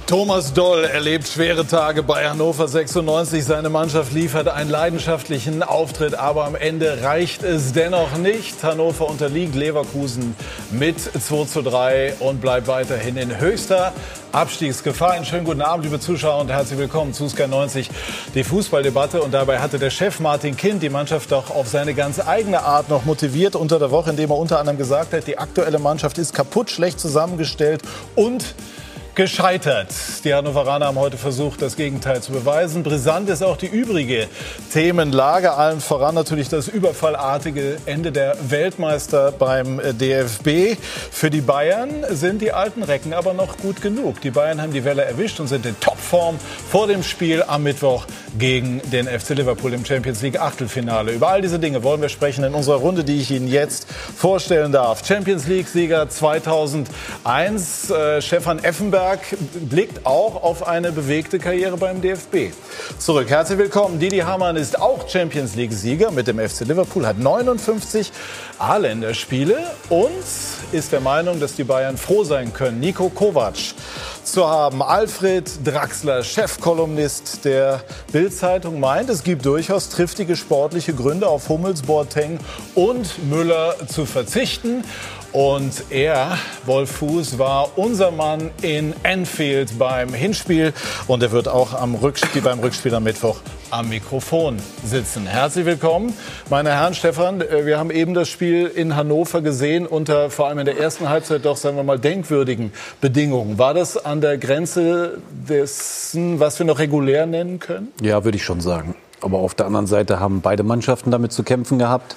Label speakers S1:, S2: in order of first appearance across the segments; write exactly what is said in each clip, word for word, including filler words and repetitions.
S1: Thomas Doll erlebt schwere Tage bei Hannover sechsundneunzig. Seine Mannschaft liefert einen leidenschaftlichen Auftritt, aber am Ende reicht es dennoch nicht. Hannover unterliegt Leverkusen mit zwei zu drei und bleibt weiterhin in höchster Abstiegsgefahr. Einen schönen guten Abend, liebe Zuschauer, und herzlich willkommen zu Sky neunzig, die Fußballdebatte. Und dabei hatte der Chef Martin Kind die Mannschaft doch auf seine ganz eigene Art noch motiviert unter der Woche, indem er unter anderem gesagt hat, die aktuelle Mannschaft ist kaputt, schlecht zusammengestellt und gescheitert. Die Hannoveraner haben heute versucht, das Gegenteil zu beweisen. Brisant ist auch die übrige Themenlage. Allen voran natürlich das überfallartige Ende der Weltmeister beim D F B. Für die Bayern sind die alten Recken aber noch gut genug. Die Bayern haben die Welle erwischt und sind in Topform vor dem Spiel am Mittwoch gegen den F C Liverpool im Champions League Achtelfinale. Über all diese Dinge wollen wir sprechen in unserer Runde, die ich Ihnen jetzt vorstellen darf. Champions League-Sieger zweitausendeins, äh, Stefan Effenberg, blickt auch auf eine bewegte Karriere beim D F B zurück. Herzlich willkommen. Didi Hamann ist auch Champions League-Sieger mit dem F C Liverpool, hat neunundfünfzig A-Länderspiele und ist der Meinung, dass die Bayern froh sein können, Niko Kovac zu haben. Alfred Draxler, Chefkolumnist der Bild-Zeitung, meint, es gibt durchaus triftige sportliche Gründe, auf Hummels, Boateng und Müller zu verzichten. Und er, Wolf Fuß, war unser Mann in Anfield beim Hinspiel. Und er wird auch am Rückspiel, beim Rückspiel am Mittwoch am Mikrofon sitzen. Herzlich willkommen, meine Herren. Stefan, wir haben eben das Spiel in Hannover gesehen, unter vor allem in der ersten Halbzeit doch, sagen wir mal, denkwürdigen Bedingungen. War das an der Grenze dessen, was wir noch regulär nennen können?
S2: Ja, würde ich schon sagen. Aber auf der anderen Seite haben beide Mannschaften damit zu kämpfen gehabt.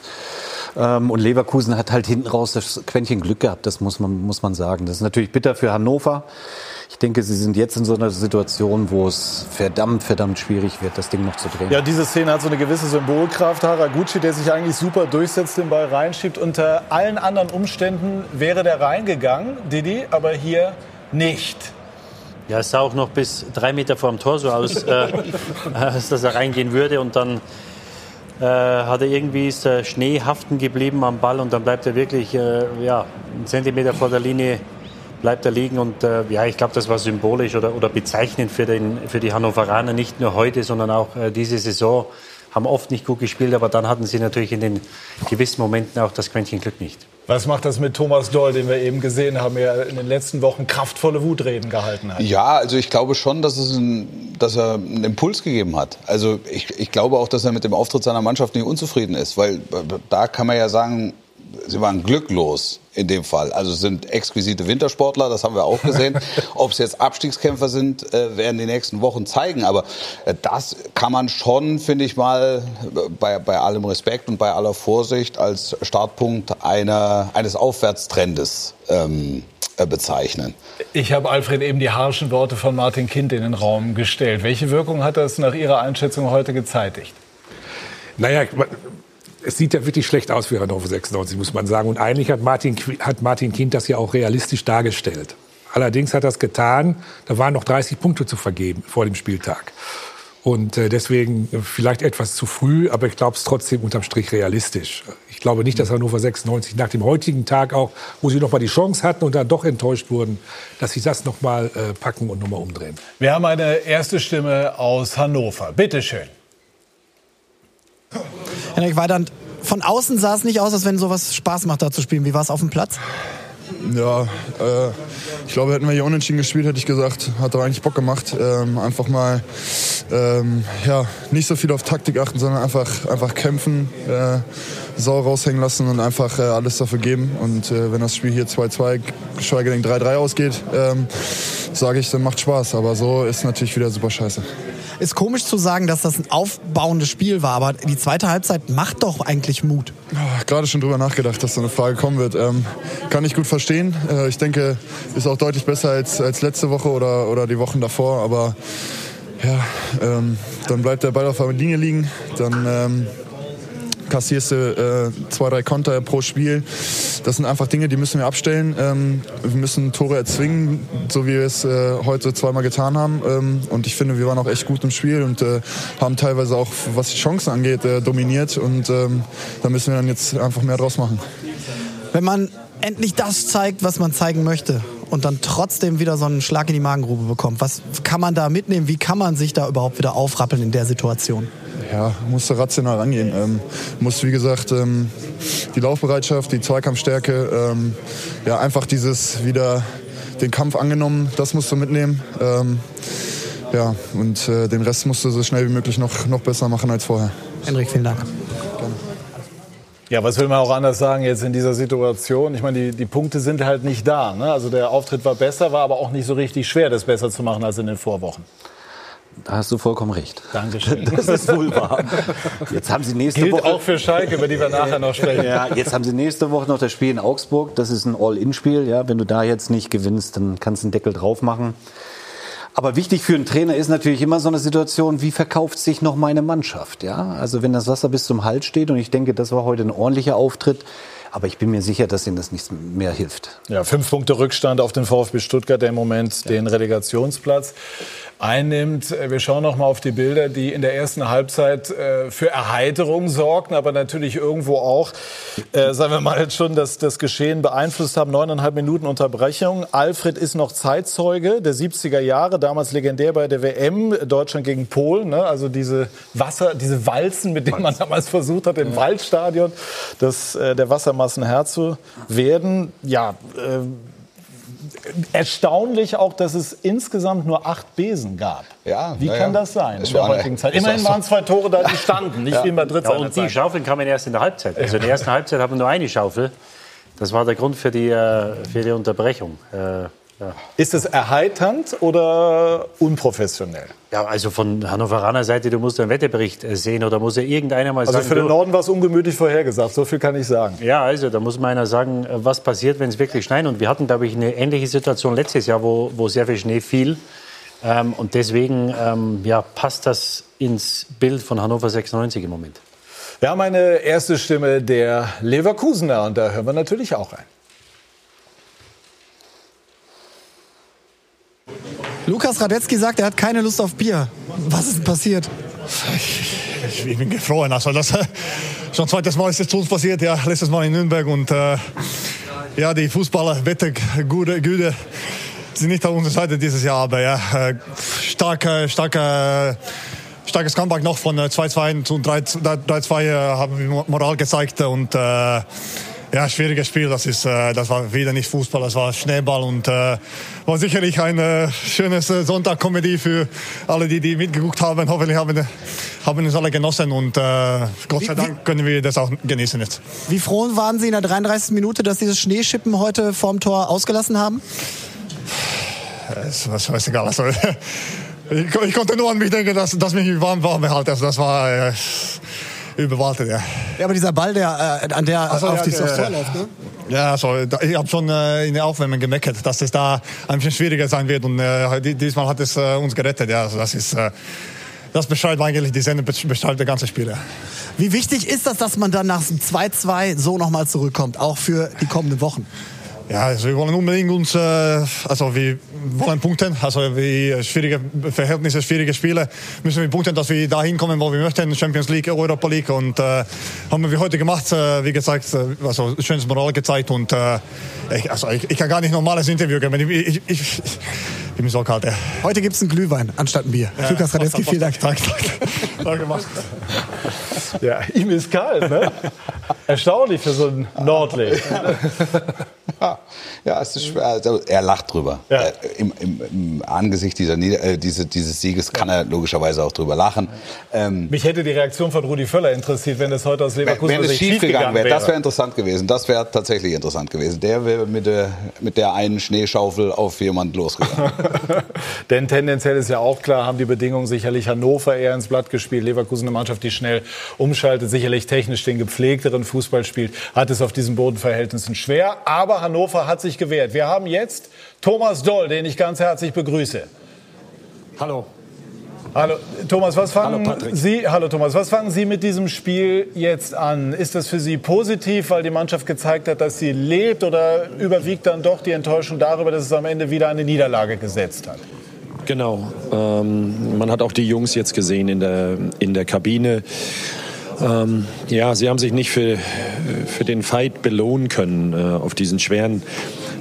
S2: Und Leverkusen hat halt hinten raus das Quäntchen Glück gehabt, das muss man, muss man sagen. Das ist natürlich bitter für Hannover. Ich denke, sie sind jetzt in so einer Situation, wo es verdammt, verdammt schwierig wird, das Ding noch zu drehen.
S1: Ja, diese Szene hat so eine gewisse Symbolkraft. Haraguchi, der sich eigentlich super durchsetzt, den Ball reinschiebt. Unter allen anderen Umständen wäre der reingegangen, Didi, aber hier nicht.
S3: Ja, es sah auch noch bis drei Meter vor dem Tor so aus, äh, dass er reingehen würde. Und dann äh, hat er irgendwie ist der Schnee haften geblieben am Ball. Und dann bleibt er wirklich äh, ja, einen Zentimeter vor der Linie bleibt er liegen. Und äh, ja, ich glaube, das war symbolisch oder, oder bezeichnend für, den, für die Hannoveraner. Nicht nur heute, sondern auch äh, diese Saison. Haben oft nicht gut gespielt, aber dann hatten sie natürlich in den gewissen Momenten auch das Quäntchen Glück nicht.
S1: Was macht das mit Thomas Doll, den wir eben gesehen haben, der in den letzten Wochen kraftvolle Wutreden gehalten hat?
S4: Ja, also ich glaube schon, dass, es ein, dass er einen Impuls gegeben hat. Also ich, ich glaube auch, dass er mit dem Auftritt seiner Mannschaft nicht unzufrieden ist, weil da kann man ja sagen, sie waren glücklos in dem Fall. Also es sind exquisite Wintersportler, das haben wir auch gesehen. Ob es jetzt Abstiegskämpfer sind, äh, werden die nächsten Wochen zeigen. Aber äh, das kann man schon, finde ich mal, bei, bei allem Respekt und bei aller Vorsicht als Startpunkt einer, eines Aufwärtstrendes ähm, äh, bezeichnen.
S1: Ich habe Alfred eben die harschen Worte von Martin Kind in den Raum gestellt. Welche Wirkung hat das nach Ihrer Einschätzung heute gezeitigt?
S5: Naja, es sieht ja wirklich schlecht aus für Hannover sechsundneunzig, muss man sagen. Und eigentlich hat Martin, hat Martin Kind das ja auch realistisch dargestellt. Allerdings hat er es getan, da waren noch dreißig Punkte zu vergeben vor dem Spieltag. Und äh, deswegen vielleicht etwas zu früh, aber ich glaube es trotzdem unterm Strich realistisch. Ich glaube nicht, dass Hannover sechsundneunzig nach dem heutigen Tag auch, wo sie noch mal die Chance hatten und dann doch enttäuscht wurden, dass sie das noch mal äh, packen und noch mal umdrehen.
S1: Wir haben eine erste Stimme aus Hannover. Bitte schön.
S6: Henrik Weidand, von außen sah es nicht aus, als wenn sowas Spaß macht, da zu spielen. Wie war es auf dem Platz?
S7: Ja, äh, ich glaube, hätten wir hier unentschieden gespielt, hätte ich gesagt, hat doch eigentlich Bock gemacht. Ähm, einfach mal ähm, ja, nicht so viel auf Taktik achten, sondern einfach, einfach kämpfen, äh, Sau raushängen lassen und einfach äh, alles dafür geben. Und äh, wenn das Spiel hier zwei zwei, geschweige denn drei drei ausgeht, ähm, sage ich, dann macht Spaß. Aber so ist natürlich wieder super scheiße.
S6: Ist komisch zu sagen, dass das ein aufbauendes Spiel war, aber die zweite Halbzeit macht doch eigentlich Mut.
S7: Oh, gerade schon drüber nachgedacht, dass so eine Frage kommen wird. Ähm, kann ich gut verstehen. Äh, ich denke, ist auch deutlich besser als, als letzte Woche oder, oder die Wochen davor. Aber ja, ähm, dann bleibt der Ball auf der Linie liegen. Dann ähm, kassierst du äh, zwei, drei Konter pro Spiel. Das sind einfach Dinge, die müssen wir abstellen. Ähm, wir müssen Tore erzwingen, so wie wir es äh, heute zweimal getan haben. Ähm, und ich finde, wir waren auch echt gut im Spiel und äh, haben teilweise auch, was die Chancen angeht, äh, dominiert. Und ähm, da müssen wir dann jetzt einfach mehr draus machen.
S6: Wenn man endlich das zeigt, was man zeigen möchte und dann trotzdem wieder so einen Schlag in die Magengrube bekommt. Was kann man da mitnehmen? Wie kann man sich da überhaupt wieder aufrappeln in der Situation?
S7: Ja, musst du rational rangehen. Ähm, musst, wie gesagt, ähm, die Laufbereitschaft, die Zweikampfstärke, ähm, ja, einfach dieses wieder den Kampf angenommen, das musst du mitnehmen. Ähm, ja, und äh, den Rest musst du so schnell wie möglich noch, noch besser machen als vorher.
S6: Henrik, vielen Dank.
S1: Ja, was will man auch anders sagen jetzt in dieser Situation? Ich meine, die, die Punkte sind halt nicht da. Ne? Also der Auftritt war besser, war aber auch nicht so richtig schwer, das besser zu machen als in den Vorwochen.
S2: Da hast du vollkommen recht.
S1: Dankeschön.
S2: Das ist wohl wahr. Jetzt haben sie nächste
S1: Gilt
S2: Woche
S1: auch für Schalke, über die wir nachher noch sprechen.
S2: Ja, jetzt haben sie nächste Woche noch das Spiel in Augsburg. Das ist ein All-In-Spiel. Ja, wenn du da jetzt nicht gewinnst, dann kannst du einen Deckel drauf machen. Aber wichtig für einen Trainer ist natürlich immer so eine Situation, wie verkauft sich noch meine Mannschaft? Ja, also wenn das Wasser bis zum Hals steht, und ich denke, das war heute ein ordentlicher Auftritt, aber ich bin mir sicher, dass ihnen das nichts mehr hilft.
S1: Ja, fünf Punkte Rückstand auf den VfB Stuttgart, der im Moment ja. den Relegationsplatz einnimmt. Wir schauen noch mal auf die Bilder, die in der ersten Halbzeit äh, für Erheiterung sorgten, aber natürlich irgendwo auch, äh, sagen wir mal jetzt schon, dass das Geschehen beeinflusst haben. Neuneinhalb Minuten Unterbrechung. Alfred ist noch Zeitzeuge der siebziger Jahre, damals legendär bei der W M, Deutschland gegen Polen. Ne? Also diese Wasser, diese Walzen, mit denen man damals versucht hat, im ja. Waldstadion das, äh, der Wassermassen Herr zu werden. Ja, äh, erstaunlich auch, dass es insgesamt nur acht Besen gab.
S4: Ja,
S1: wie
S4: ja,
S1: kann
S4: ja.
S1: das sein
S4: es
S1: in der
S4: war
S1: heutigen Zeit? Immerhin waren zwei Tore da, die standen, nicht
S4: ja.
S1: wie in Madrid.
S3: Ja, und die Schaufeln kamen erst in der Halbzeit. Also in der ersten Halbzeit haben wir nur eine Schaufel. Das war der Grund für die, für die Unterbrechung. Ja.
S1: Ist es erheiternd oder unprofessionell?
S3: Ja, also von Hannoveraner Seite, du musst einen Wetterbericht sehen oder muss ja irgendeiner mal
S1: also
S3: sagen...
S1: Also für den
S3: du,
S1: Norden war es ungemütlich vorhergesagt, so viel kann ich sagen.
S3: Ja, also da muss mal einer sagen, was passiert, wenn es wirklich schneit. Und wir hatten, glaube ich, eine ähnliche Situation letztes Jahr, wo, wo sehr viel Schnee fiel. Ähm, und deswegen ähm, ja, passt das ins Bild von Hannover sechsundneunzig im Moment.
S1: Wir haben eine erste Stimme der Leverkusener und da hören wir natürlich auch rein.
S6: Lukas Radetzky sagt, er hat keine Lust auf Bier. Was ist denn passiert?
S8: Ich, ich bin gefroren. Also das schon zweites Mal ist es zu uns passiert. Ja, letztes Mal in Nürnberg und äh, ja, die Fußballer, Wetter, gute, gute sind nicht auf unserer Seite dieses Jahr, aber ja, äh, starke, starke, starkes Comeback noch von zwei zwei zu drei zwei äh, haben wir Moral gezeigt und äh, ja, schwieriges Spiel. Das ist, äh, das war wieder nicht Fußball, das war Schneeball und äh, war sicherlich ein äh, schönes äh, Sonntag-Comedy für alle, die die mitgeguckt haben. Hoffentlich haben haben es alle genossen und äh, Gott sei Dank können wir das auch genießen jetzt.
S6: Wie froh waren Sie in der dreiunddreißigsten Minute, dass Sie das Schneeschippen heute vorm Tor ausgelassen haben?
S8: Das war scheißegal. Also, ich, ich konnte nur an mich denken, dass, dass mich warm war. Halt. Also, das war äh, überwartet, ja.
S6: Ja, aber dieser Ball, der, äh, an der
S8: also,
S6: auf
S8: ja,
S6: die
S8: äh,
S6: Tor läuft, ne?
S8: Ja, also, ich habe schon äh, in der Aufwärmung gemeckert, dass es da ein bisschen schwieriger sein wird. Und äh, diesmal hat es äh, uns gerettet. Ja, also, das ist... Äh, Das beschreibt eigentlich die Sendung, beschreibt der ganze Spiel. Ja.
S6: Wie wichtig ist das, dass man dann nach dem zwei zwei so nochmal zurückkommt, auch für die kommenden Wochen?
S8: Ja, also wir wollen unbedingt uns, äh, also wir wollen punkten, also wie schwierige Verhältnisse, schwierige Spiele, müssen wir punkten, dass wir da hinkommen, wo wir möchten, Champions League, Europa League und äh, haben wir heute gemacht, äh, wie gesagt, also schönes Moral gezeigt und äh, ich, also ich, ich kann gar nicht normales Interview geben, ich, ich, ich, ich, ich bin so kalt. Ja.
S6: Heute gibt es ein Glühwein anstatt ein Bier. Ja, Lukas Radetzky, vielen Dank.
S8: Danke, danke. Danke gemacht.
S1: Ja, ihm ist kalt, ne? Erstaunlich für so einen Nordlicht.
S4: Ja, ja, es ist schwer. Also, er lacht drüber.
S1: Ja.
S4: Äh, im, im, Im Angesicht dieser, äh, diese, dieses Sieges kann er logischerweise auch drüber lachen. Ähm,
S1: Mich hätte die Reaktion von Rudi Völler interessiert, wenn das heute aus Leverkusen
S4: wenn es
S1: schief
S4: schief gegangen wäre.
S1: wäre.
S4: Das wäre interessant gewesen. Das wäre tatsächlich interessant gewesen. Der wäre mit der, mit der einen Schneeschaufel auf jemand losgegangen.
S1: Denn tendenziell ist ja auch klar, haben die Bedingungen sicherlich Hannover eher ins Blatt gespielt. Leverkusen, eine Mannschaft, die schnell umschaltet, sicherlich technisch den gepflegteren Fußball spielt, hat es auf diesen Bodenverhältnissen schwer. Aber Hannover hat sich gewehrt. Wir haben jetzt Thomas Doll, den ich ganz herzlich begrüße.
S9: Hallo.
S1: Hallo Thomas, was fangen
S9: hallo, Patrick.
S1: Sie? Hallo Thomas, was fangen Sie mit diesem Spiel jetzt an? Ist das für Sie positiv, weil die Mannschaft gezeigt hat, dass sie lebt, oder überwiegt dann doch die Enttäuschung darüber, dass es am Ende wieder eine Niederlage gesetzt hat?
S9: Genau. Ähm, man hat auch die Jungs jetzt gesehen in der in der Kabine. Ähm, ja, sie haben sich nicht für, für den Fight belohnen können äh, auf diesen schweren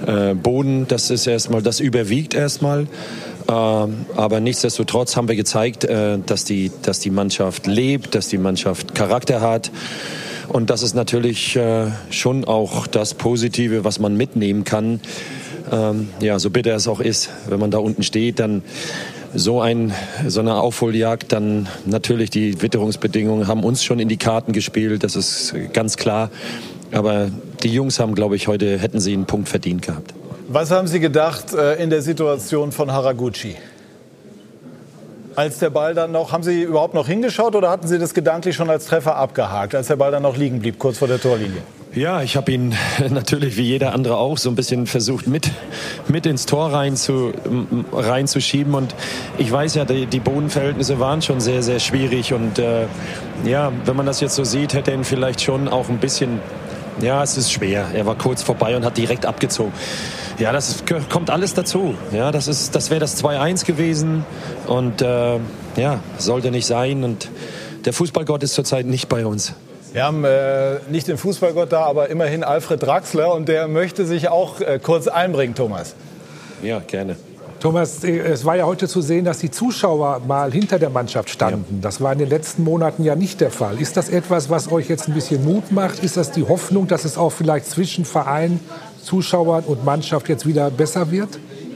S9: äh, Boden. Das ist erstmal, das überwiegt erstmal. Ähm, aber nichtsdestotrotz haben wir gezeigt, äh, dass die, dass die Mannschaft lebt, dass die Mannschaft Charakter hat. Und das ist natürlich äh, schon auch das Positive, was man mitnehmen kann. Ähm, ja, so bitter es auch ist, wenn man da unten steht, dann so, ein, so eine Aufholjagd, dann natürlich die Witterungsbedingungen haben uns schon in die Karten gespielt, das ist ganz klar. Aber die Jungs haben, glaube ich, heute hätten sie einen Punkt verdient gehabt.
S1: Was haben Sie gedacht äh, in der Situation von Haraguchi? Als der Ball dann noch, haben Sie überhaupt noch hingeschaut oder hatten Sie das gedanklich schon als Treffer abgehakt, als der Ball dann noch liegen blieb, kurz vor der Torlinie?
S9: Ja, ich habe ihn natürlich wie jeder andere auch so ein bisschen versucht mit, mit ins Tor rein zu, reinzuschieben. Und ich weiß ja, die, die Bodenverhältnisse waren schon sehr, sehr schwierig. Und äh, ja, wenn man das jetzt so sieht, hätte er ihn vielleicht schon auch ein bisschen, ja, es ist schwer. Er war kurz vorbei und hat direkt abgezogen. Ja, das ist, kommt alles dazu. Ja, das ist, das wäre das zwei eins gewesen und äh, ja, sollte nicht sein. Und der Fußballgott ist zurzeit nicht bei uns.
S1: Wir haben äh, nicht den Fußballgott da, aber immerhin Alfred Draxler und der möchte sich auch äh, kurz einbringen, Thomas.
S9: Ja, gerne.
S5: Thomas, es war ja heute zu sehen, dass die Zuschauer mal hinter der Mannschaft standen. Ja. Das war in den letzten Monaten ja nicht der Fall. Ist das etwas, was euch jetzt ein bisschen Mut macht? Ist das die Hoffnung, dass es auch vielleicht zwischen Verein, Zuschauern und Mannschaft jetzt wieder besser wird?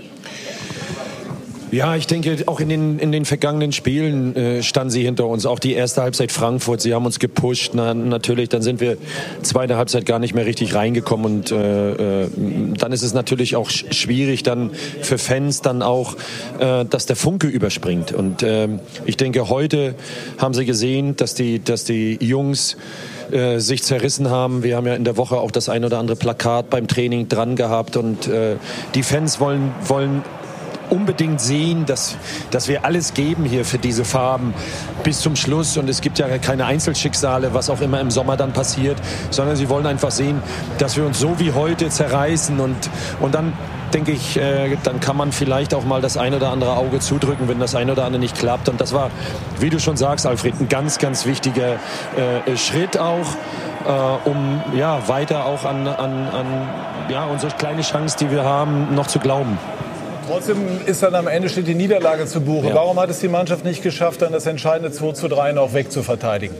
S9: Ja, ich denke, auch in den, in den vergangenen Spielen äh, standen sie hinter uns. Auch die erste Halbzeit Frankfurt, sie haben uns gepusht. Na, natürlich, dann sind wir zweite Halbzeit gar nicht mehr richtig reingekommen. Und äh, äh, dann ist es natürlich auch sch- schwierig dann für Fans dann auch, äh, dass der Funke überspringt. Und äh, ich denke, heute haben sie gesehen, dass die, dass die Jungs äh, sich zerrissen haben. Wir haben ja in der Woche auch das ein oder andere Plakat beim Training dran gehabt. Und äh, die Fans wollen, wollen unbedingt sehen, dass, dass wir alles geben hier für diese Farben bis zum Schluss. Und es gibt ja keine Einzelschicksale, was auch immer im Sommer dann passiert, sondern sie wollen einfach sehen, dass wir uns so wie heute zerreißen. Und, und dann denke ich, äh, dann kann man vielleicht auch mal das ein oder andere Auge zudrücken, wenn das ein oder andere nicht klappt. Und das war, wie du schon sagst, Alfred, ein ganz, ganz wichtiger äh, Schritt auch, äh, um ja, weiter auch an, an, an ja, unsere kleine Chance, die wir haben, noch zu glauben.
S1: Trotzdem ist dann am Ende steht die Niederlage zu Buche.
S9: Ja.
S1: Warum hat es die Mannschaft nicht geschafft, dann das entscheidende zwei zu drei noch wegzuverteidigen?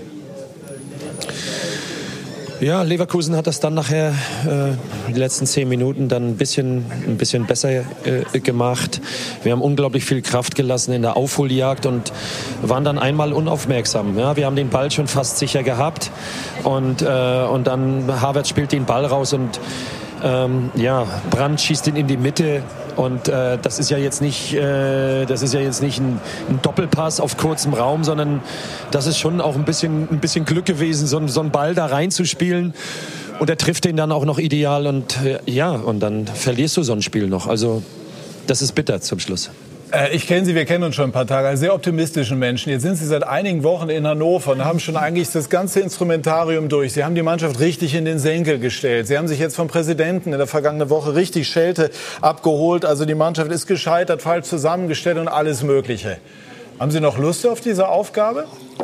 S9: Ja, Leverkusen hat das dann nachher äh, die letzten zehn Minuten dann ein bisschen, ein bisschen besser äh, gemacht. Wir haben unglaublich viel Kraft gelassen in der Aufholjagd und waren dann einmal unaufmerksam. Ja, wir haben den Ball schon fast sicher gehabt und, äh, und dann Havertz spielt den Ball raus und ähm, ja, Brandt schießt ihn in die Mitte. Und äh, das ist ja jetzt nicht, äh, das ist ja jetzt nicht ein, ein Doppelpass auf kurzem Raum, sondern das ist schon auch ein bisschen, ein bisschen Glück gewesen, so, so einen Ball da reinzuspielen. Und er trifft den dann auch noch ideal. Und äh, ja, und dann verlierst du so ein Spiel noch. Also das ist bitter zum Schluss.
S1: Ich kenne Sie, wir kennen uns schon ein paar Tage, als sehr optimistischen Menschen. Jetzt sind Sie seit einigen Wochen in Hannover und haben schon eigentlich das ganze Instrumentarium durch. Sie haben die Mannschaft richtig in den Senkel gestellt. Sie haben sich jetzt vom Präsidenten in der vergangenen Woche richtig Schelte abgeholt. Also die Mannschaft ist gescheitert, falsch zusammengestellt und alles Mögliche. Haben Sie noch Lust auf diese Aufgabe?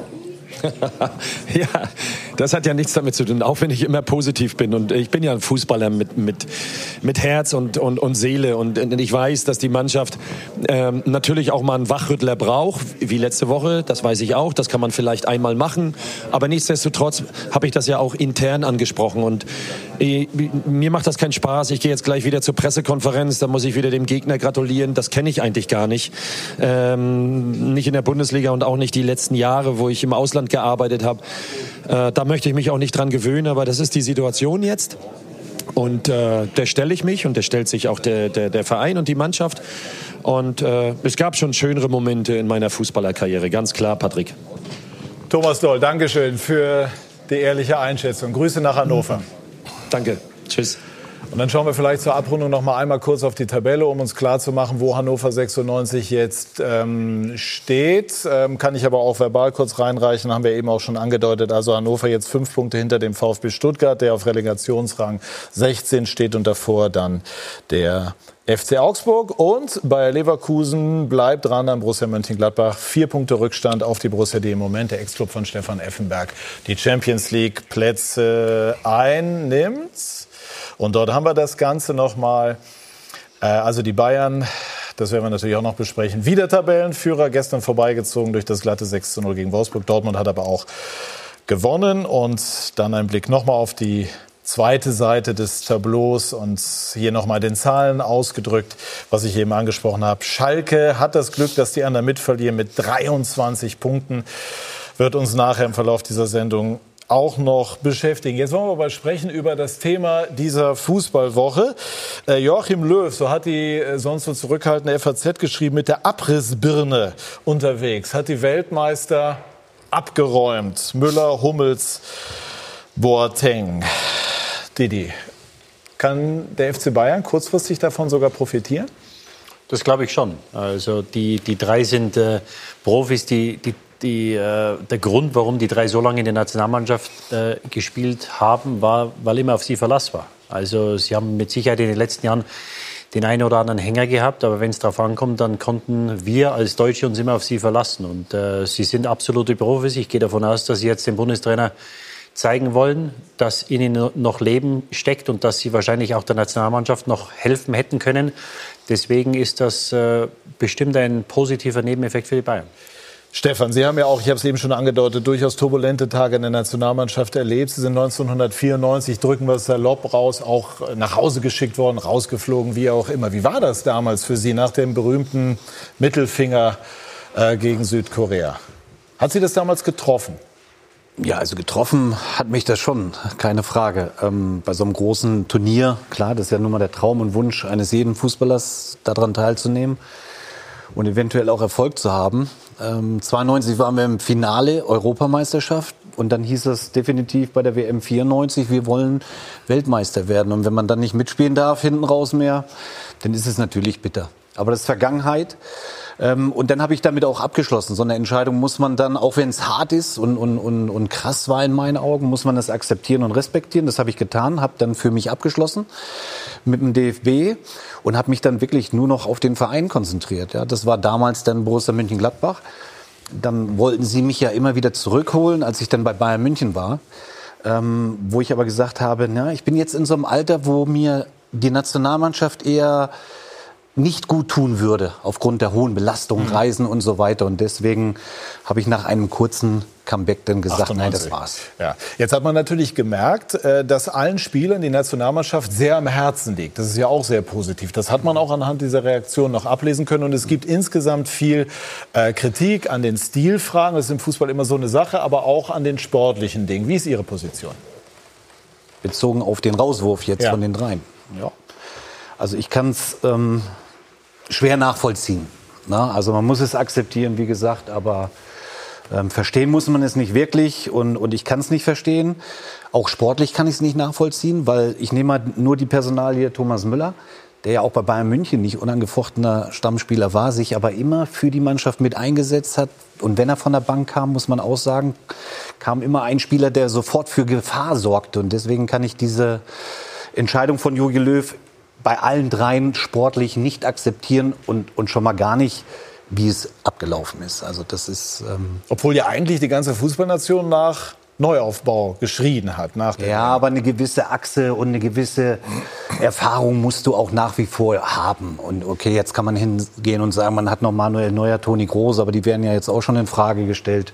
S9: Ja, das hat ja nichts damit zu tun, auch wenn ich immer positiv bin. Und ich bin ja ein Fußballer mit, mit, mit Herz und, und, und Seele. Und ich weiß, dass die Mannschaft ähm, natürlich auch mal einen Wachrüttler braucht, wie letzte Woche. Das weiß ich auch, das kann man vielleicht einmal machen. Aber nichtsdestotrotz habe ich das ja auch intern angesprochen. Und ich, mir macht das keinen Spaß. Ich gehe jetzt gleich wieder zur Pressekonferenz, da muss ich wieder dem Gegner gratulieren. Das kenne ich eigentlich gar nicht. Ähm, nicht in der Bundesliga und auch nicht die letzten Jahre, wo ich im Ausland gearbeitet habe. Äh, da möchte ich mich auch nicht dran gewöhnen, aber das ist die Situation jetzt. Und äh, der stelle ich mich und der stellt sich auch der, der, der Verein und die Mannschaft. Und äh, es gab schon schönere Momente in meiner Fußballerkarriere, ganz klar, Patrick.
S1: Thomas Doll, Dankeschön für die ehrliche Einschätzung. Grüße nach Hannover.
S9: Danke, tschüss.
S1: Und dann schauen wir vielleicht zur Abrundung noch mal einmal kurz auf die Tabelle, um uns klarzumachen, wo Hannover sechsundneunzig jetzt ähm, steht. Ähm, kann ich aber auch verbal kurz reinreichen, haben wir eben auch schon angedeutet. Also Hannover jetzt fünf Punkte hinter dem VfB Stuttgart, der auf Relegationsrang sechzehn steht und davor dann der F C Augsburg. Und Bayer Leverkusen bleibt dran an Borussia Mönchengladbach. Vier Punkte Rückstand auf die Borussia, die im Moment der Ex-Club von Stefan Effenberg die Champions League Plätze einnimmt. Und dort haben wir das Ganze nochmal. Äh, also die Bayern, das werden wir natürlich auch noch besprechen, wieder Tabellenführer, gestern vorbeigezogen durch das glatte sechs zu null gegen Wolfsburg. Dortmund hat aber auch gewonnen. Und dann ein Blick nochmal auf die zweite Seite des Tableaus und hier nochmal den Zahlen ausgedrückt, was ich eben angesprochen habe. Schalke hat das Glück, dass die anderen mitverlieren mit dreiundzwanzig Punkten. Wird uns nachher im Verlauf dieser Sendung auch noch beschäftigen. Jetzt wollen wir aber sprechen über das Thema dieser Fußballwoche. Äh, Joachim Löw, so hat die äh, sonst so zurückhaltende F A Z geschrieben, mit der Abrissbirne unterwegs, hat die Weltmeister abgeräumt. Müller, Hummels, Boateng. Didi, kann der F C Bayern kurzfristig davon sogar profitieren?
S3: Das glaube ich schon. Also die, die drei sind äh, Profis, die, die, die, äh, der Grund, warum die drei so lange in der Nationalmannschaft äh, gespielt haben, war, weil immer auf sie Verlass war. Also sie haben mit Sicherheit in den letzten Jahren den einen oder anderen Hänger gehabt, aber wenn es darauf ankommt, dann konnten wir als Deutsche uns immer auf sie verlassen. Und äh, sie sind absolute Profis. Ich gehe davon aus, dass sie jetzt den Bundestrainer zeigen wollen, dass in ihnen noch Leben steckt und dass sie wahrscheinlich auch der Nationalmannschaft noch helfen hätten können. Deswegen ist das äh, bestimmt ein positiver Nebeneffekt für die Bayern.
S1: Stefan, Sie haben ja auch, ich habe es eben schon angedeutet, durchaus turbulente Tage in der Nationalmannschaft erlebt. Sie sind neunzehnhundertvierundneunzig, drücken wir es salopp raus, auch nach Hause geschickt worden, rausgeflogen, wie auch immer. Wie war das damals für Sie nach dem berühmten Mittelfinger äh, gegen Südkorea? Hat Sie das damals getroffen?
S2: Ja, also getroffen hat mich das schon, keine Frage. Ähm, bei so einem großen Turnier, klar, das ist ja nun mal der Traum und Wunsch eines jeden Fußballers, daran teilzunehmen und eventuell auch Erfolg zu haben. Ähm, zweiundneunzig waren wir im Finale Europameisterschaft und dann hieß es definitiv bei der W M vierundneunzig, wir wollen Weltmeister werden. Und wenn man dann nicht mitspielen darf, hinten raus mehr, dann ist es natürlich bitter. Aber das ist Vergangenheit. Ähm, und dann habe ich damit auch abgeschlossen. So eine Entscheidung muss man dann, auch wenn es hart ist und, und, und, und krass war in meinen Augen, muss man das akzeptieren und respektieren. Das habe ich getan, habe dann für mich abgeschlossen mit dem D F B und habe mich dann wirklich nur noch auf den Verein konzentriert. Ja, das war damals dann Borussia Mönchengladbach. Dann wollten sie mich ja immer wieder zurückholen, als ich dann bei Bayern München war. Ähm, wo ich aber gesagt habe, na, ich bin jetzt in so einem Alter, wo mir die Nationalmannschaft eher nicht gut tun würde, aufgrund der hohen Belastung, mhm. Reisen und so weiter. Und deswegen habe ich nach einem kurzen Comeback dann gesagt, achtundneunzig. Nein, das war's.
S1: Ja. Jetzt hat man natürlich gemerkt, dass allen Spielern die Nationalmannschaft sehr am Herzen liegt. Das ist ja auch sehr positiv. Das hat man auch anhand dieser Reaktion noch ablesen können. Und es gibt insgesamt viel äh, Kritik an den Stilfragen. Das ist im Fußball immer so eine Sache, aber auch an den sportlichen Dingen. Wie ist Ihre Position?
S2: Bezogen auf den Rauswurf jetzt ja. von den dreien. Ja. Also ich kann es ähm, schwer nachvollziehen. Na? Also man muss es akzeptieren, wie gesagt, aber ähm, verstehen muss man es nicht wirklich und, und ich kann es nicht verstehen. Auch sportlich kann ich es nicht nachvollziehen, weil ich nehme mal nur die Personalie Thomas Müller, der ja auch bei Bayern München nicht unangefochtener Stammspieler war, sich aber immer für die Mannschaft mit eingesetzt hat. Und wenn er von der Bank kam, muss man auch sagen, kam immer ein Spieler, der sofort für Gefahr sorgte. Und deswegen kann ich diese Entscheidung von Jogi Löw bei allen dreien sportlich nicht akzeptieren und, und schon mal gar nicht, wie es abgelaufen ist. Also das ist ähm
S1: obwohl ja eigentlich die ganze Fußballnation nach Neuaufbau geschrien hat. Nach
S2: ja, aber eine gewisse Achse und eine gewisse Erfahrung musst du auch nach wie vor haben. Und okay, jetzt kann man hingehen und sagen, man hat noch Manuel Neuer, Toni Kroos, aber die werden ja jetzt auch schon in Frage gestellt.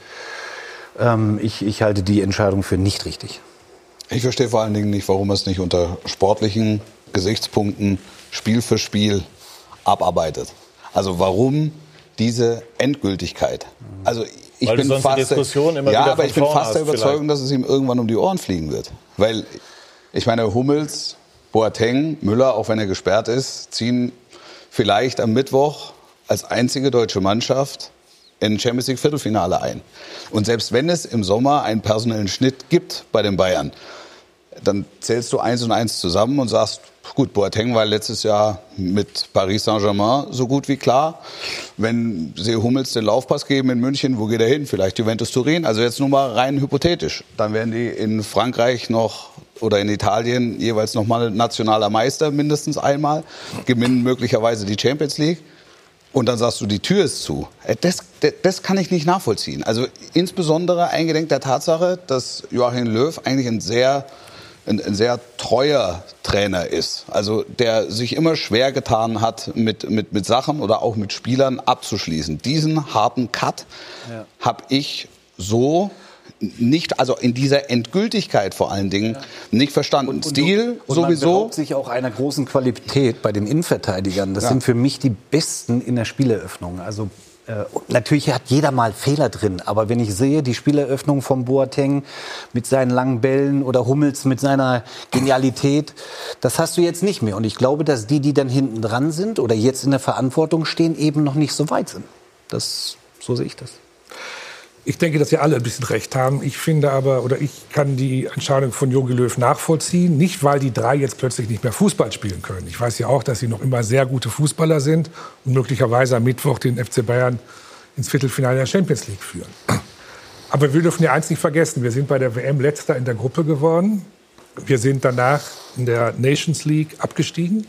S2: Ähm, ich, ich halte die Entscheidung für nicht richtig.
S4: Ich verstehe vor allen Dingen nicht, warum es nicht unter sportlichen Gesichtspunkten Spiel für Spiel abarbeitet. Also warum diese Endgültigkeit? Also ich
S1: Weil
S4: bin
S1: sonst
S4: fast
S1: die Diskussion immer
S4: ja,
S1: wieder
S4: aber ich bin fast der Überzeugung,
S1: vielleicht.
S4: dass es ihm irgendwann um die Ohren fliegen wird. Weil ich meine, Hummels, Boateng, Müller, auch wenn er gesperrt ist, ziehen vielleicht am Mittwoch als einzige deutsche Mannschaft in Champions League Viertelfinale ein. Und selbst wenn es im Sommer einen personellen Schnitt gibt bei den Bayern, dann zählst du eins und eins zusammen und sagst, gut, Boateng war letztes Jahr mit Paris Saint-Germain so gut wie klar. Wenn sie Hummels den Laufpass geben in München, wo geht er hin? Vielleicht Juventus Turin. Also jetzt nur mal rein hypothetisch. Dann werden die in Frankreich noch oder in Italien jeweils noch mal nationaler Meister mindestens einmal, gewinnen möglicherweise die Champions League. Und dann sagst du, die Tür ist zu. Das, das, das kann ich nicht nachvollziehen. Also insbesondere eingedenk der Tatsache, dass Joachim Löw eigentlich ein sehr ein, ein sehr treuer Trainer ist, also der sich immer schwer getan hat, mit, mit, mit Sachen oder auch mit Spielern abzuschließen. Diesen harten Cut ja. habe ich so nicht, also in dieser Endgültigkeit vor allen Dingen, ja. nicht verstanden. Und, und, Stil
S2: und
S4: sowieso.
S2: Man beraubt sich auch einer großen Qualität bei den Innenverteidigern. Das ja. sind für mich die Besten in der Spieleröffnung. Also äh, natürlich hat jeder mal Fehler drin, aber wenn ich sehe, die Spieleröffnung von Boateng mit seinen langen Bällen oder Hummels mit seiner Genialität, das hast du jetzt nicht mehr. Und ich glaube, dass die, die dann hinten dran sind oder jetzt in der Verantwortung stehen, eben noch nicht so weit sind. Das, so sehe ich das.
S5: Ich denke, dass wir alle ein bisschen recht haben. Ich finde aber, oder ich kann die Entscheidung von Jogi Löw nachvollziehen. Nicht, weil die drei jetzt plötzlich nicht mehr Fußball spielen können. Ich weiß ja auch, dass sie noch immer sehr gute Fußballer sind und möglicherweise am Mittwoch den F C Bayern ins Viertelfinale der Champions League führen. Aber wir dürfen ja eins nicht vergessen. Wir sind bei der W M Letzter in der Gruppe geworden. Wir sind danach in der Nations League abgestiegen.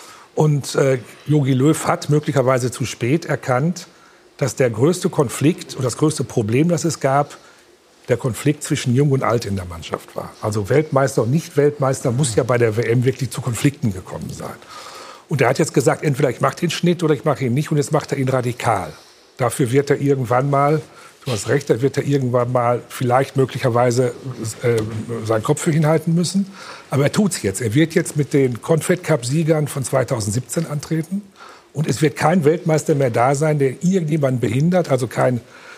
S5: Und Jogi äh, Löw hat möglicherweise zu spät erkannt, dass der größte Konflikt und das größte Problem, das es gab, der Konflikt zwischen Jung und Alt in der Mannschaft war. Also Weltmeister und Nicht-Weltmeister muss ja bei der W M wirklich zu Konflikten gekommen sein. Und er hat jetzt gesagt, entweder ich mache den Schnitt oder ich mache ihn nicht. Und jetzt macht er ihn radikal. Dafür wird er irgendwann mal, du hast recht, da wird er irgendwann mal vielleicht möglicherweise äh, seinen Kopf für hinhalten müssen. Aber er tut's jetzt. Er wird jetzt mit den Confed-Cup-Siegern von zweitausendsiebzehn antreten. Und es wird kein Weltmeister mehr da sein, der irgendjemanden behindert, also kein,